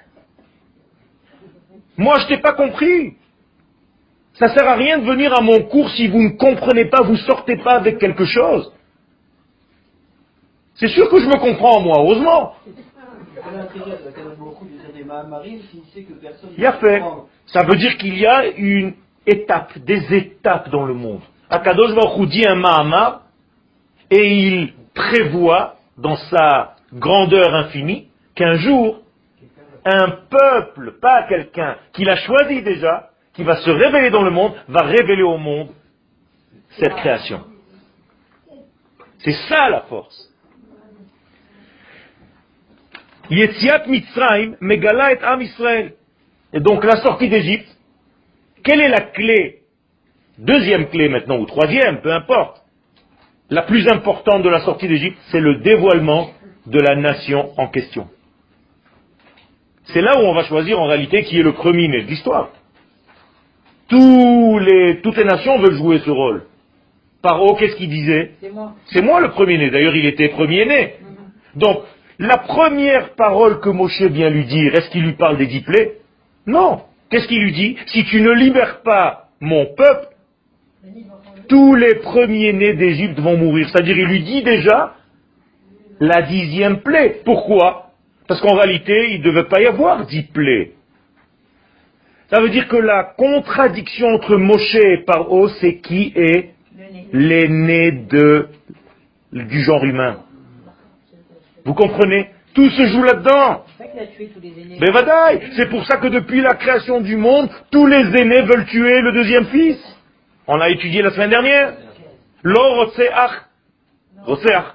Moi, je t'ai pas compris. Ça sert à rien de venir à mon cours si vous ne comprenez pas, vous sortez pas avec quelque chose. C'est sûr que je me comprends, moi, heureusement. Il a fait. Ça veut dire qu'il y a une étape, des étapes dans le monde. Akadosh Baruch Hu dit un Mahamar et il prévoit dans sa grandeur infinie qu'un jour, un peuple, pas quelqu'un qu'il a choisi déjà, qui va se révéler dans le monde, va révéler au monde cette création. C'est ça la force. Yetziat Mitzrayim megala et Am Israël. Et donc la sortie d'Égypte, quelle est la clé? Deuxième clé maintenant, ou troisième, peu importe. La plus importante de la sortie d'Égypte, c'est le dévoilement de la nation en question. C'est là où on va choisir en réalité qui est le premier-né de l'histoire. Toutes les nations veulent jouer ce rôle. Paro, qu'est-ce qu'il disait? C'est moi le premier-né. D'ailleurs, il était premier-né. Donc, la première parole que Moshe vient lui dire, est-ce qu'il lui parle des 10 plaies? Non. Qu'est-ce qu'il lui dit? Si tu ne libères pas mon peuple, tous les premiers-nés d'Égypte vont mourir. C'est-à-dire, il lui dit déjà la 10e plaie. Pourquoi? Parce qu'en réalité, il ne devait pas y avoir 10 plaies. Ça veut dire que la contradiction entre Moshe et Paro, c'est qui est l'aîné du genre humain. Vous comprenez? Tout se joue là-dedans. C'est pour ça que depuis la création du monde, tous les aînés veulent tuer le deuxième fils. On l'a étudié la semaine dernière. Lo rotseach. Rotseach.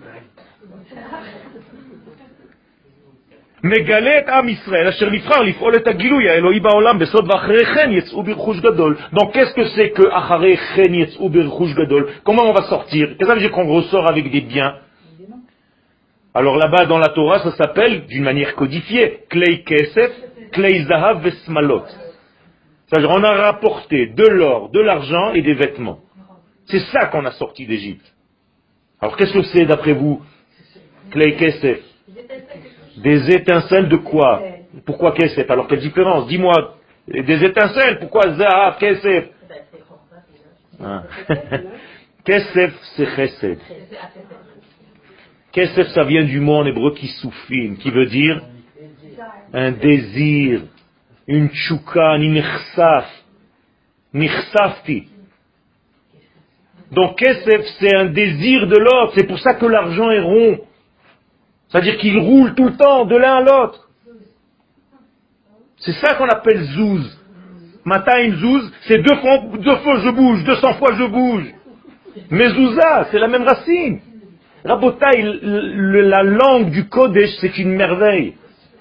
מגלה את עם ישראל אשר נבחר לפעול את הגילוי האלוהי בעולם בסוד ואחרי כן יצאו ברכוש גדול. Donc qu'est-ce que c'est que אחרי כן יצאו ברכוש גדול? Comment on va sortir? Qu'est-ce que ça veut dire qu'on ressort avec des biens? Alors là-bas dans la Torah ça s'appelle d'une manière codifiée klei kesef, klei zahav vesmalot. C'est-à-dire on a rapporté de l'or, de l'argent et des vêtements. C'est ça qu'on a sorti d'Égypte. Alors qu'est-ce que c'est d'après vous? Klei kesef. Des étincelles de quoi? Pourquoi Kesef? Alors quelle différence? Dis-moi, des étincelles, pourquoi Zahav, Kesef? Kesef, c'est Chesed. Kesef, ça vient du mot en hébreu Kisufim, qui veut dire un désir, une tchouka, ni nichsaf, nichsafti. Donc Kesef, c'est un désir de l'autre, c'est pour ça que l'argent est rond. C'est-à-dire qu'il roule tout le temps de l'un à l'autre. C'est ça qu'on appelle zouz. Mataim zouz, c'est deux fois je bouge, 200 fois je bouge. Mais zouza, c'est la même racine. Rabotai, la langue du Kodesh, c'est une merveille.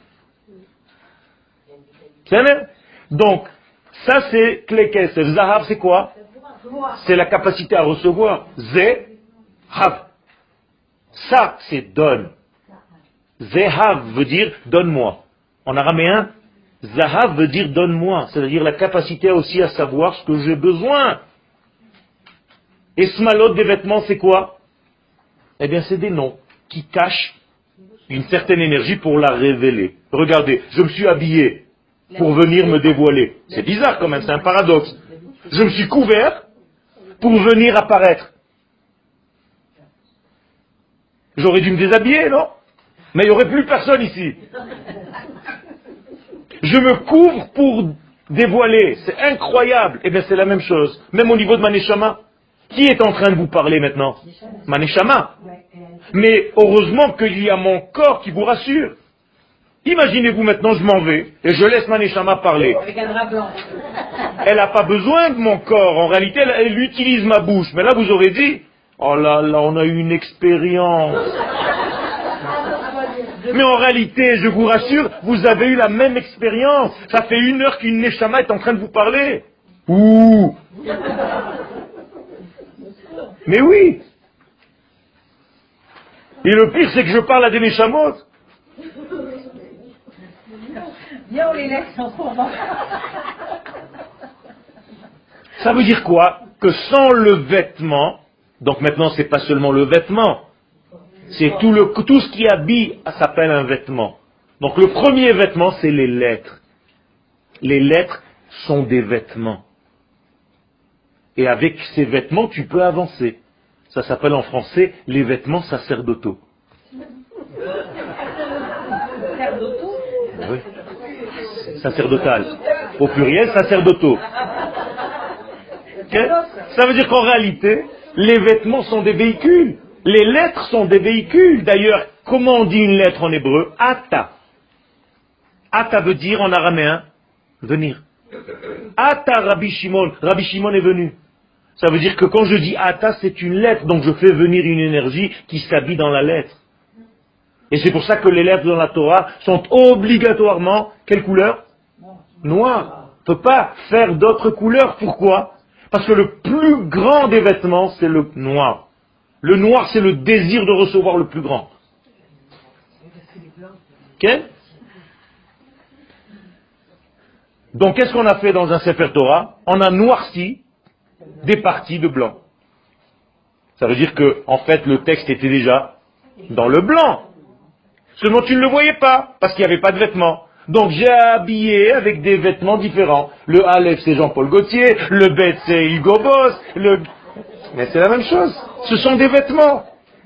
Donc, ça c'est klekes. Zahav, c'est quoi? C'est la capacité à recevoir. Zé, hav. Ça, c'est donne. Zehav veut dire donne-moi. En araméen, Zahav veut dire donne-moi. C'est-à-dire la capacité aussi à savoir ce que j'ai besoin. Et smalot des vêtements, c'est quoi? Eh bien, c'est des noms qui cachent une certaine énergie pour la révéler. Regardez, je me suis habillé pour venir me dévoiler. C'est bizarre quand même, c'est un paradoxe. Je me suis couvert pour venir apparaître. J'aurais dû me déshabiller, non? Mais il n'y aurait plus personne ici. Je me couvre pour dévoiler. C'est incroyable. Eh bien, c'est la même chose. Même au niveau de ma neshama. Qui est en train de vous parler maintenant? Ma neshama. Mais heureusement qu'il y a mon corps qui vous rassure. Imaginez-vous maintenant, je m'en vais et je laisse ma neshama parler. Avec un drap blanc. Elle n'a pas besoin de mon corps. En réalité, elle utilise ma bouche. Mais là, vous aurez dit, oh là là, on a eu une expérience. Mais en réalité, je vous rassure, vous avez eu la même expérience. Ça fait 1 heure qu'une neshama est en train de vous parler. Ouh. Mais oui. Et le pire, c'est que je parle à des neshamot. Viens, on les laisse en ce moment. Ça veut dire quoi? Que sans le vêtement, donc maintenant c'est pas seulement le vêtement, c'est tout ce qui habille s'appelle un vêtement. Donc le premier vêtement, c'est les lettres. Les lettres sont des vêtements. Et avec ces vêtements, tu peux avancer. Ça s'appelle en français les vêtements sacerdotaux. Oui. Sacerdotal. Au pluriel, sacerdotaux. Okay? Ça veut dire qu'en réalité, les vêtements sont des véhicules. Les lettres sont des véhicules. D'ailleurs, comment on dit une lettre en hébreu? Ata. Ata veut dire en araméen venir. Ata Rabbi Shimon. Rabbi Shimon est venu. Ça veut dire que quand je dis Ata, c'est une lettre. Donc je fais venir une énergie qui s'habille dans la lettre. Et c'est pour ça que les lettres dans la Torah sont obligatoirement, quelle couleur? Noir. On ne peut pas faire d'autres couleurs. Pourquoi? Parce que le plus grand des vêtements, c'est le noir. Le noir, c'est le désir de recevoir le plus grand. Ok? Donc, qu'est-ce qu'on a fait dans un Sefer Torah? On a noirci des parties de blanc. Ça veut dire que, en fait, le texte était déjà dans le blanc. Seulement, tu ne le voyais pas, parce qu'il n'y avait pas de vêtements. Donc, j'ai habillé avec des vêtements différents. Le Aleph, c'est Jean-Paul Gaultier. Le Bet, c'est Hugo Boss. Mais c'est la même chose. Ce sont des vêtements.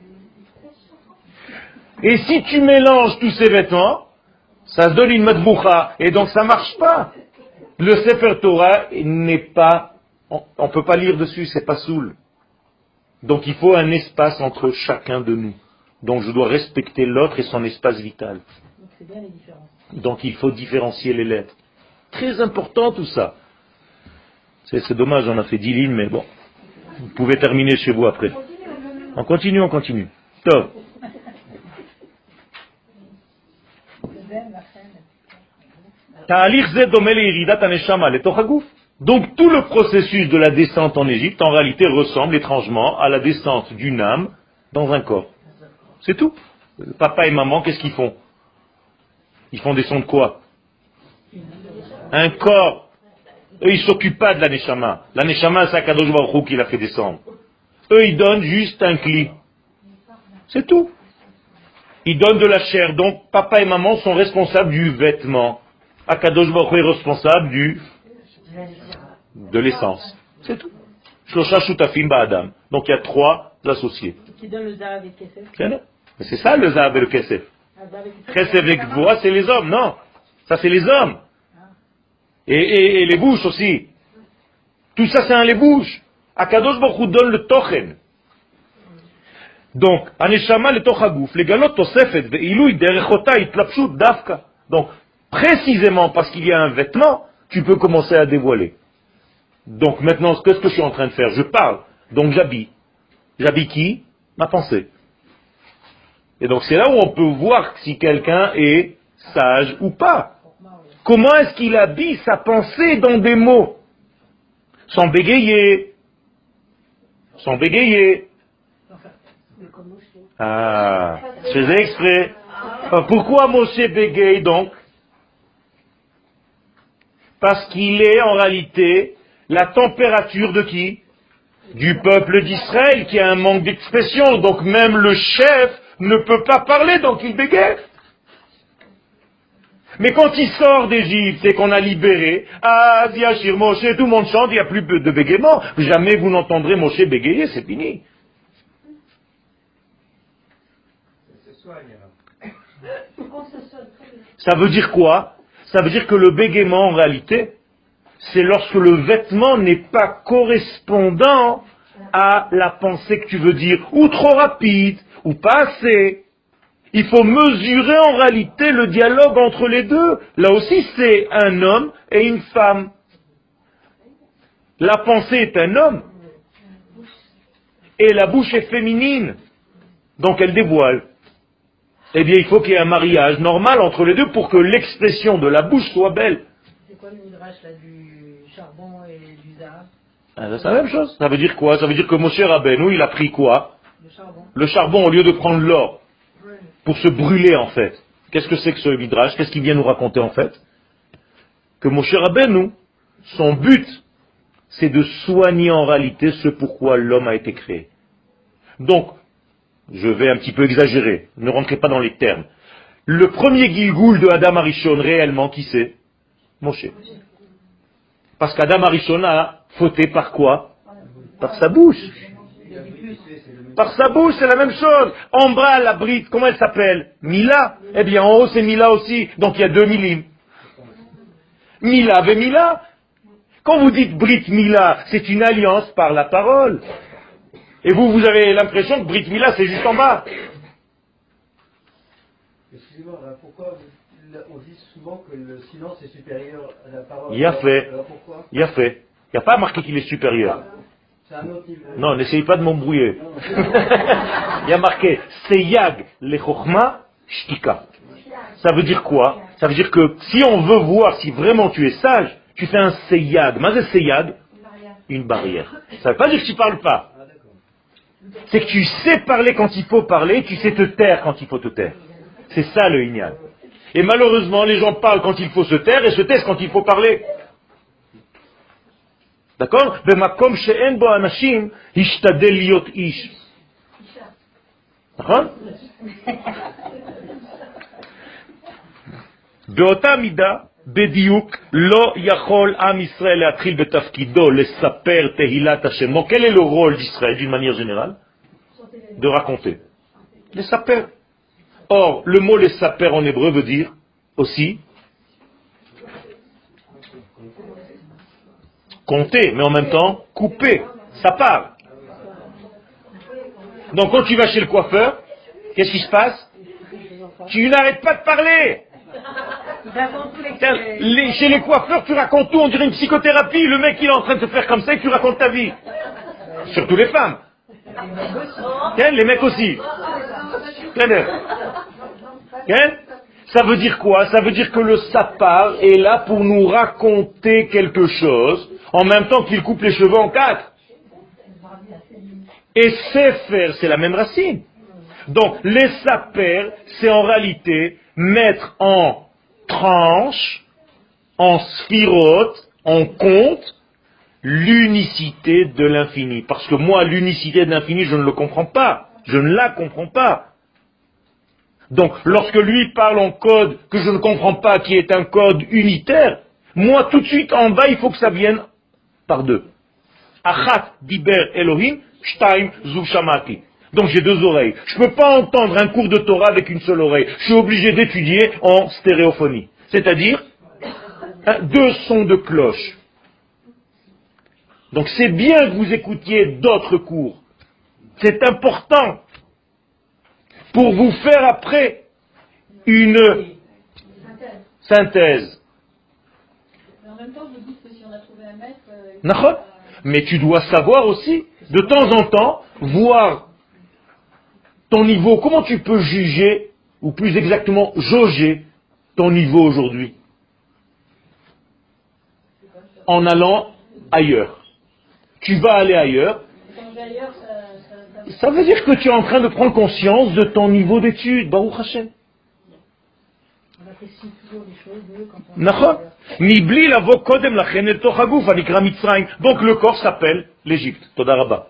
Et si tu mélanges tous ces vêtements, ça se donne une matboucha. Et donc, ça marche pas. Le Sefer Torah n'est pas, on peut pas lire dessus, c'est pas soul. Donc, il faut un espace entre chacun de nous. Donc, je dois respecter l'autre et son espace vital. Donc, c'est bien les différences. Donc, il faut différencier les lettres. Très important tout ça. C'est dommage, on a fait 10 lignes, mais bon. Vous pouvez terminer chez vous après. On continue. Top. Donc tout le processus de la descente en Égypte, en réalité, ressemble étrangement à la descente d'une âme dans un corps. C'est tout. Papa et maman, qu'est-ce qu'ils font? Ils font des sons de quoi? Un corps. Eux, ils ne s'occupent pas de la Neshama. La Neshama, c'est Akadosh Baruch Hu qui l'a fait descendre. Eux, ils donnent juste un cli. C'est tout. Ils donnent de la chair. Donc, papa et maman sont responsables du vêtement. Akadosh Baruch Hu est responsable de l'essence. C'est tout. Shlosha Shutafim Ba'adam. Donc, il y a 3 associés. Qui donne le Zahav et le Kesef? C'est ça le Zahav et le Kesef. Kesef et Gvoa, c'est les hommes. Non. Ça, c'est les hommes. Et les bouches aussi. Tout ça, c'est les bouches. Akadosh Baruch Hu donne le tochen. Donc, Aneshama le tochagouf, les galot tosefet, ve'ilui derechota itlapshut dafka. Donc, précisément parce qu'il y a un vêtement, tu peux commencer à dévoiler. Donc, maintenant, qu'est-ce que je suis en train de faire? Je parle. Donc, j'habille. J'habille qui? Ma pensée. Et donc, c'est là où on peut voir si quelqu'un est sage ou pas. Comment est-ce qu'il habille sa pensée dans des mots? Sans bégayer. Sans bégayer. Ah, je faisais exprès. Pourquoi Moshe bégaye donc? Parce qu'il est en réalité la température de qui? Du peuple d'Israël qui a un manque d'expression. Donc même le chef ne peut pas parler, donc il bégaye. Mais quand il sort d'Égypte et qu'on a libéré, ah, Yashir Moshe, tout le monde chante, il n'y a plus de bégaiement. Jamais vous n'entendrez Moshe bégayer, c'est fini. Ça veut dire quoi? Ça veut dire que le bégaiement, en réalité, c'est lorsque le vêtement n'est pas correspondant à la pensée que tu veux dire, ou trop rapide, ou pas assez. Il faut mesurer en réalité le dialogue entre les deux. Là aussi, c'est un homme et une femme. La pensée est un homme, et la bouche est féminine, donc elle dévoile. Eh bien, il faut qu'il y ait un mariage normal entre les deux pour que l'expression de la bouche soit belle. C'est quoi le midrash là du charbon et du zahab? C'est la même chose. Ça veut dire quoi? Ça veut dire que Moshe Rabbeinu, il a pris quoi? Le charbon. Le charbon au lieu de prendre l'or Oui. pour se brûler en fait. Qu'est-ce que c'est que ce midrash? Qu'est-ce qu'il vient nous raconter en fait? Que Moshe Rabbeinu, son but, c'est de soigner en réalité ce pourquoi l'homme a été créé. Donc, je vais un petit peu exagérer, ne rentrez pas dans les termes. Le premier Gilgoul de Adam Arishon, réellement, qui c'est? Moshe. Parce qu'Adam Arishon a fauté par quoi? Par sa bouche. Par sa bouche, c'est la même chose. En bas, la bride, comment elle s'appelle? Mila. Eh bien, en haut, c'est Mila aussi. Donc, il y a deux milim. Mila ve Mila. Quand vous dites Brit Mila, c'est une alliance par la parole. Et vous avez l'impression que Brit Mila, c'est juste en bas. Excusez-moi, pourquoi on dit souvent que le silence est supérieur à la parole? Il y a fait. Alors pourquoi? Il y a fait. Il n'y a pas marqué qu'il est supérieur. C'est un autre niveau. Non, n'essayez pas de m'embrouiller. Il y a marqué Seyag le Chochma Shtika. Ça veut dire quoi? Ça veut dire que si on veut voir si vraiment tu es sage, tu fais un Seyag. Mais c'est Seyag? Une barrière. Ça ne veut pas dire que tu ne parles pas. C'est que tu sais parler quand il faut parler, tu sais te taire quand il faut te taire. C'est ça le Inyan. Et malheureusement, les gens parlent quand il faut se taire et se taisent quand il faut parler. D'accord? Bemakom she'en bo anashim hishtadel liot ish. D'accord? באותה מידה, בדיוק, לא יכול עם ישראל להתחיל בתפקידו לספר תהילת השם. Donc, quel est le rôle d'Israël d'une manière générale? De raconter. Les saper. Or, le mot les saper en hébreu veut dire aussi compter, mais en même temps couper. Ça parle. Donc, quand tu vas chez le coiffeur, qu'est-ce qui se passe? Tu n'arrêtes pas de parler. Chez les coiffeurs, tu racontes tout, on dirait une psychothérapie. Le mec, il est en train de te faire comme ça et tu racontes ta vie. Surtout les femmes. Les mecs aussi. Ça veut dire quoi? Ça veut dire que le sapar est là pour nous raconter quelque chose, en même temps qu'il coupe les cheveux en quatre. Et sefer, c'est la même racine. Donc, les saper, c'est en réalité mettre en tranche, en sphirote, en compte, l'unicité de l'infini. Parce que moi, l'unicité de l'infini, je ne le comprends pas. Je ne la comprends pas. Donc, lorsque lui parle en code que je ne comprends pas, qui est un code unitaire, moi, tout de suite, en bas, il faut que ça vienne par deux. Achat diber Elohim, shtaim zu shamati. Donc j'ai deux oreilles. Je ne peux pas entendre un cours de Torah avec une seule oreille. Je suis obligé d'étudier en stéréophonie. C'est-à-dire, deux sons de cloche. Donc c'est bien que vous écoutiez d'autres cours. C'est important pour vous faire après une synthèse. Mais en même temps, vous dites que si on a trouvé un maître... Mais tu dois savoir aussi, de temps en temps, voir ton niveau. Comment tu peux juger, ou plus exactement jauger ton niveau aujourd'hui? En allant ailleurs. Tu vas aller ailleurs. Ça veut dire que tu es en train de prendre conscience de ton niveau d'études. Baruch Hashem. On apprécie toujours les choses quand on... Donc le corps s'appelle l'Égypte. Toda Rabba.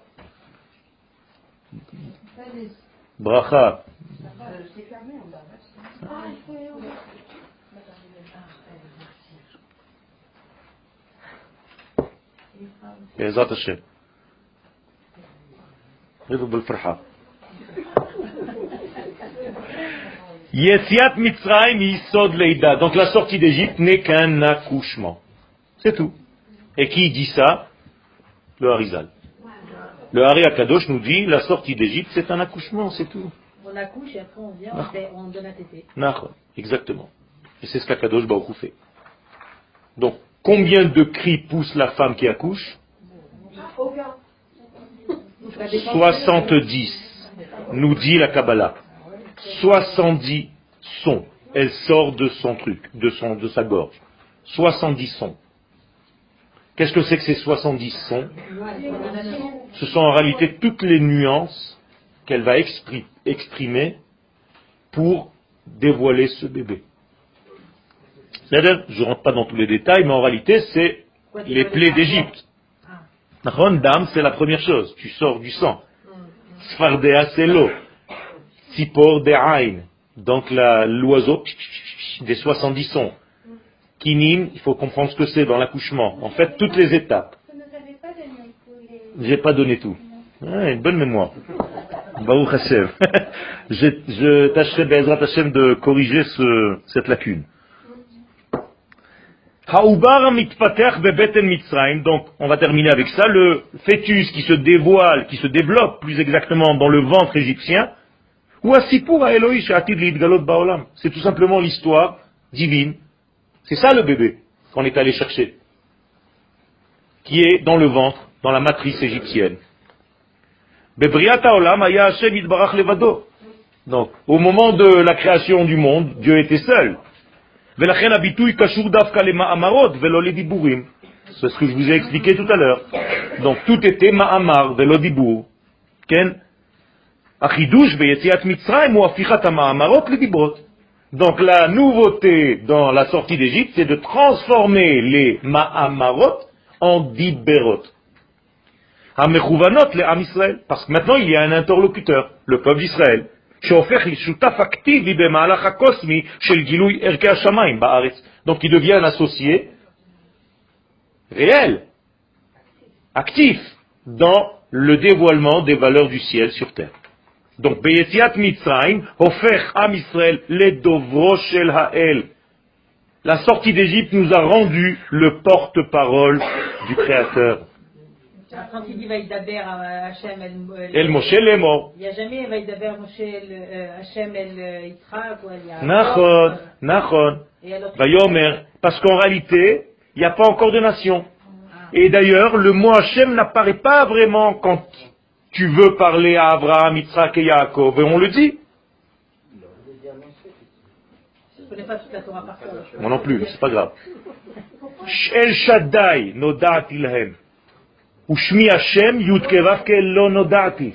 Bracha. בעזרת השם. רדו بالفرحة. יציאת מצרים היא סוד לידה. Donc la sortie d'Égypte n'est qu'un accouchement. C'est tout. Et qui dit ça? Le Harizal. Le Hari Akadosh nous dit, la sortie d'Égypte, c'est un accouchement, c'est tout. On accouche et après on vient, on donne à téter. Exactement. Et c'est ce qu'Akadosh Baruch Hu fait. Donc, combien de cris pousse la femme qui accouche? Aucun. 70, nous dit la Kabbalah. 70 sons. Elle sort de son truc, de sa gorge. 70 sons. Qu'est-ce que c'est que ces 70 sons? Ce sont en réalité toutes les nuances qu'elle va exprimer pour dévoiler ce bébé. C'est-à-dire, je ne rentre pas dans tous les détails, mais en réalité, c'est les plaies d'Égypte. Dam, c'est la première chose. Tu sors du sang. Sfardea, c'est l'eau. Tzipor de Ain. Donc l'oiseau des 70 sons. Kinim, il faut comprendre ce que c'est dans l'accouchement. En fait, toutes les étapes. Vous ne savez pas donner tous les... J'ai pas donné tout. Une bonne mémoire. Baruch Hashem. Je tâcherai Be'ezrat Hashem de corriger cette lacune. Donc, on va terminer avec ça. Le fœtus qui se dévoile, qui se développe plus exactement dans le ventre égyptien, c'est tout simplement l'histoire divine. C'est ça le bébé qu'on est allé chercher, qui est dans le ventre, dans la matrice égyptienne. Donc, au moment de la création du monde, Dieu était seul. C'est ce que je vous ai expliqué tout à l'heure. Donc tout était ma'amar velo dibur. Donc la nouveauté dans la sortie d'Égypte, c'est de transformer les ma'amarot en diberot. Parce que maintenant il y a un interlocuteur, le peuple d'Israël. Donc il devient un associé réel, actif, dans le dévoilement des valeurs du ciel sur terre. Donc, Beyetiat Mitzrayim, Hofer Am Israël, le Dovro Shel Ha'el. La sortie d'Égypte nous a rendu le porte-parole du Créateur. Quand il dit Vaïdaber Hachem El Moshe Lemor. il n'y a jamais Vaïdaber Hachem El Yisra, quoi. Nachon. Vayomer. Parce qu'en réalité, il n'y a pas encore de nation. Et d'ailleurs, le mot Hachem n'apparaît pas vraiment quand tu veux parler à Abraham, Yitzhak et Yaakov. Et on le dit. Je ne connais pas toute la Torah par cœur. Moi non plus, c'est pas grave. El Shaddai Nodat Ilhem. Ushmi Hashem Yudkevavke Lo Nodati.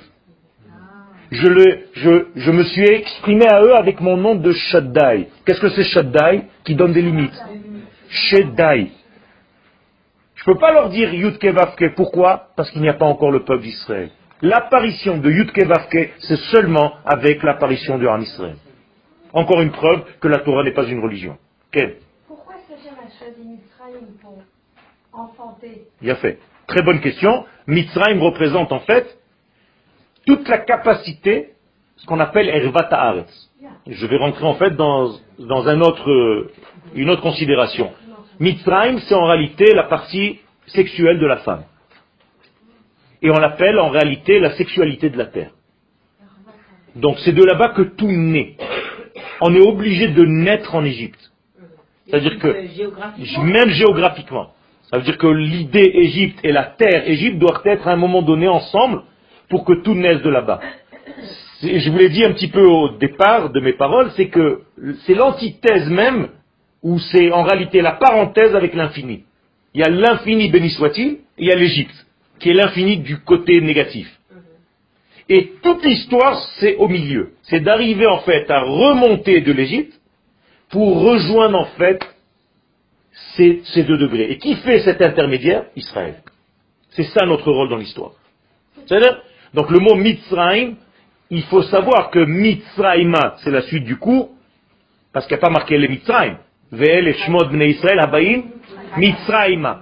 Je me suis exprimé à eux avec mon nom de Shaddai. Qu'est-ce que c'est Shaddai? Qui donne des limites. Shaddai. Je ne peux pas leur dire Yudkevavke. Pourquoi? Parce qu'il n'y a pas encore le peuple d'Israël. L'apparition de Yudkevavke, c'est seulement avec l'apparition de Ham Israël. Encore une preuve que la Torah n'est pas une religion. Quelle? Pourquoi est-ce que Hachem a choisi Mitzrayim pour enfanter? Bien fait. Très bonne question. Mitzrayim représente en fait toute la capacité, ce qu'on appelle Ervat Haaretz. Je vais rentrer en fait dans une autre considération. Mitzrayim, c'est en réalité la partie sexuelle de la femme. Et on l'appelle en réalité la sexualité de la terre. Donc c'est de là-bas que tout naît. On est obligé de naître en Égypte. C'est-à-dire que, même géographiquement, ça veut dire que l'idée Égypte et la terre Égypte doivent être à un moment donné ensemble pour que tout naisse de là-bas. Je vous l'ai dit un petit peu au départ de mes paroles, c'est que c'est l'antithèse même, ou c'est en réalité la parenthèse avec l'infini. Il y a l'infini béni soit-il, et il y a l'Égypte, qui est l'infini du côté négatif. Et toute l'histoire, c'est au milieu. C'est d'arriver en fait à remonter de l'Égypte pour rejoindre en fait ces 2 degrés. Et qui fait cet intermédiaire? Israël. C'est ça notre rôle dans l'histoire. C'est-à-dire, donc le mot Mitzrayim, il faut savoir que Mitzrayima, c'est la suite du cours, parce qu'il n'y a pas marqué les Mitzrayim. Ve'el et Shmod Bnei Israël Habaim, Mitzrayima.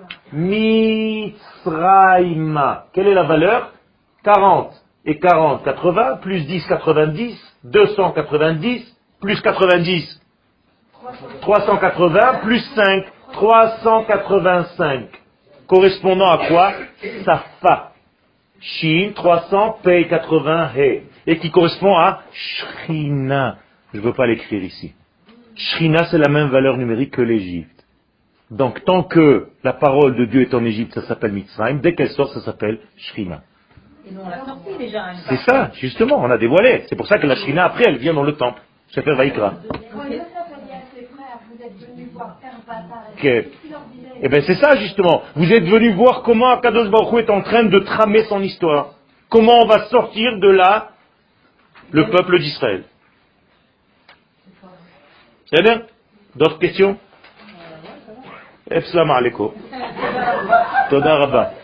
Mitzrayima. Quelle est la valeur? 40 et 40, 80, plus 10, 90, 290, plus 90, 380, plus 5, 385. Correspondant à quoi? Safa. Shin 300, Pei 80, He. Et qui correspond à Shrina. Je ne veux pas l'écrire ici. Shrina, c'est la même valeur numérique que l'Égypte. Donc, tant que la parole de Dieu est en Égypte, ça s'appelle Mitzrayim. Dès qu'elle sort, ça s'appelle Shrina. Et nous, on l'a sorti déjà. C'est ça, justement, on a dévoilé. C'est pour ça que la Shrina, après, elle vient dans le temple. Sefer Vaïkra. Eh bien, c'est ça, justement. Vous êtes venus voir comment Akadosh Baruch Hu est en train de tramer son histoire. Comment on va sortir de là le peuple d'Israël. C'est bien? D'autres questions? Assalamu alaikum. Toda Rabba.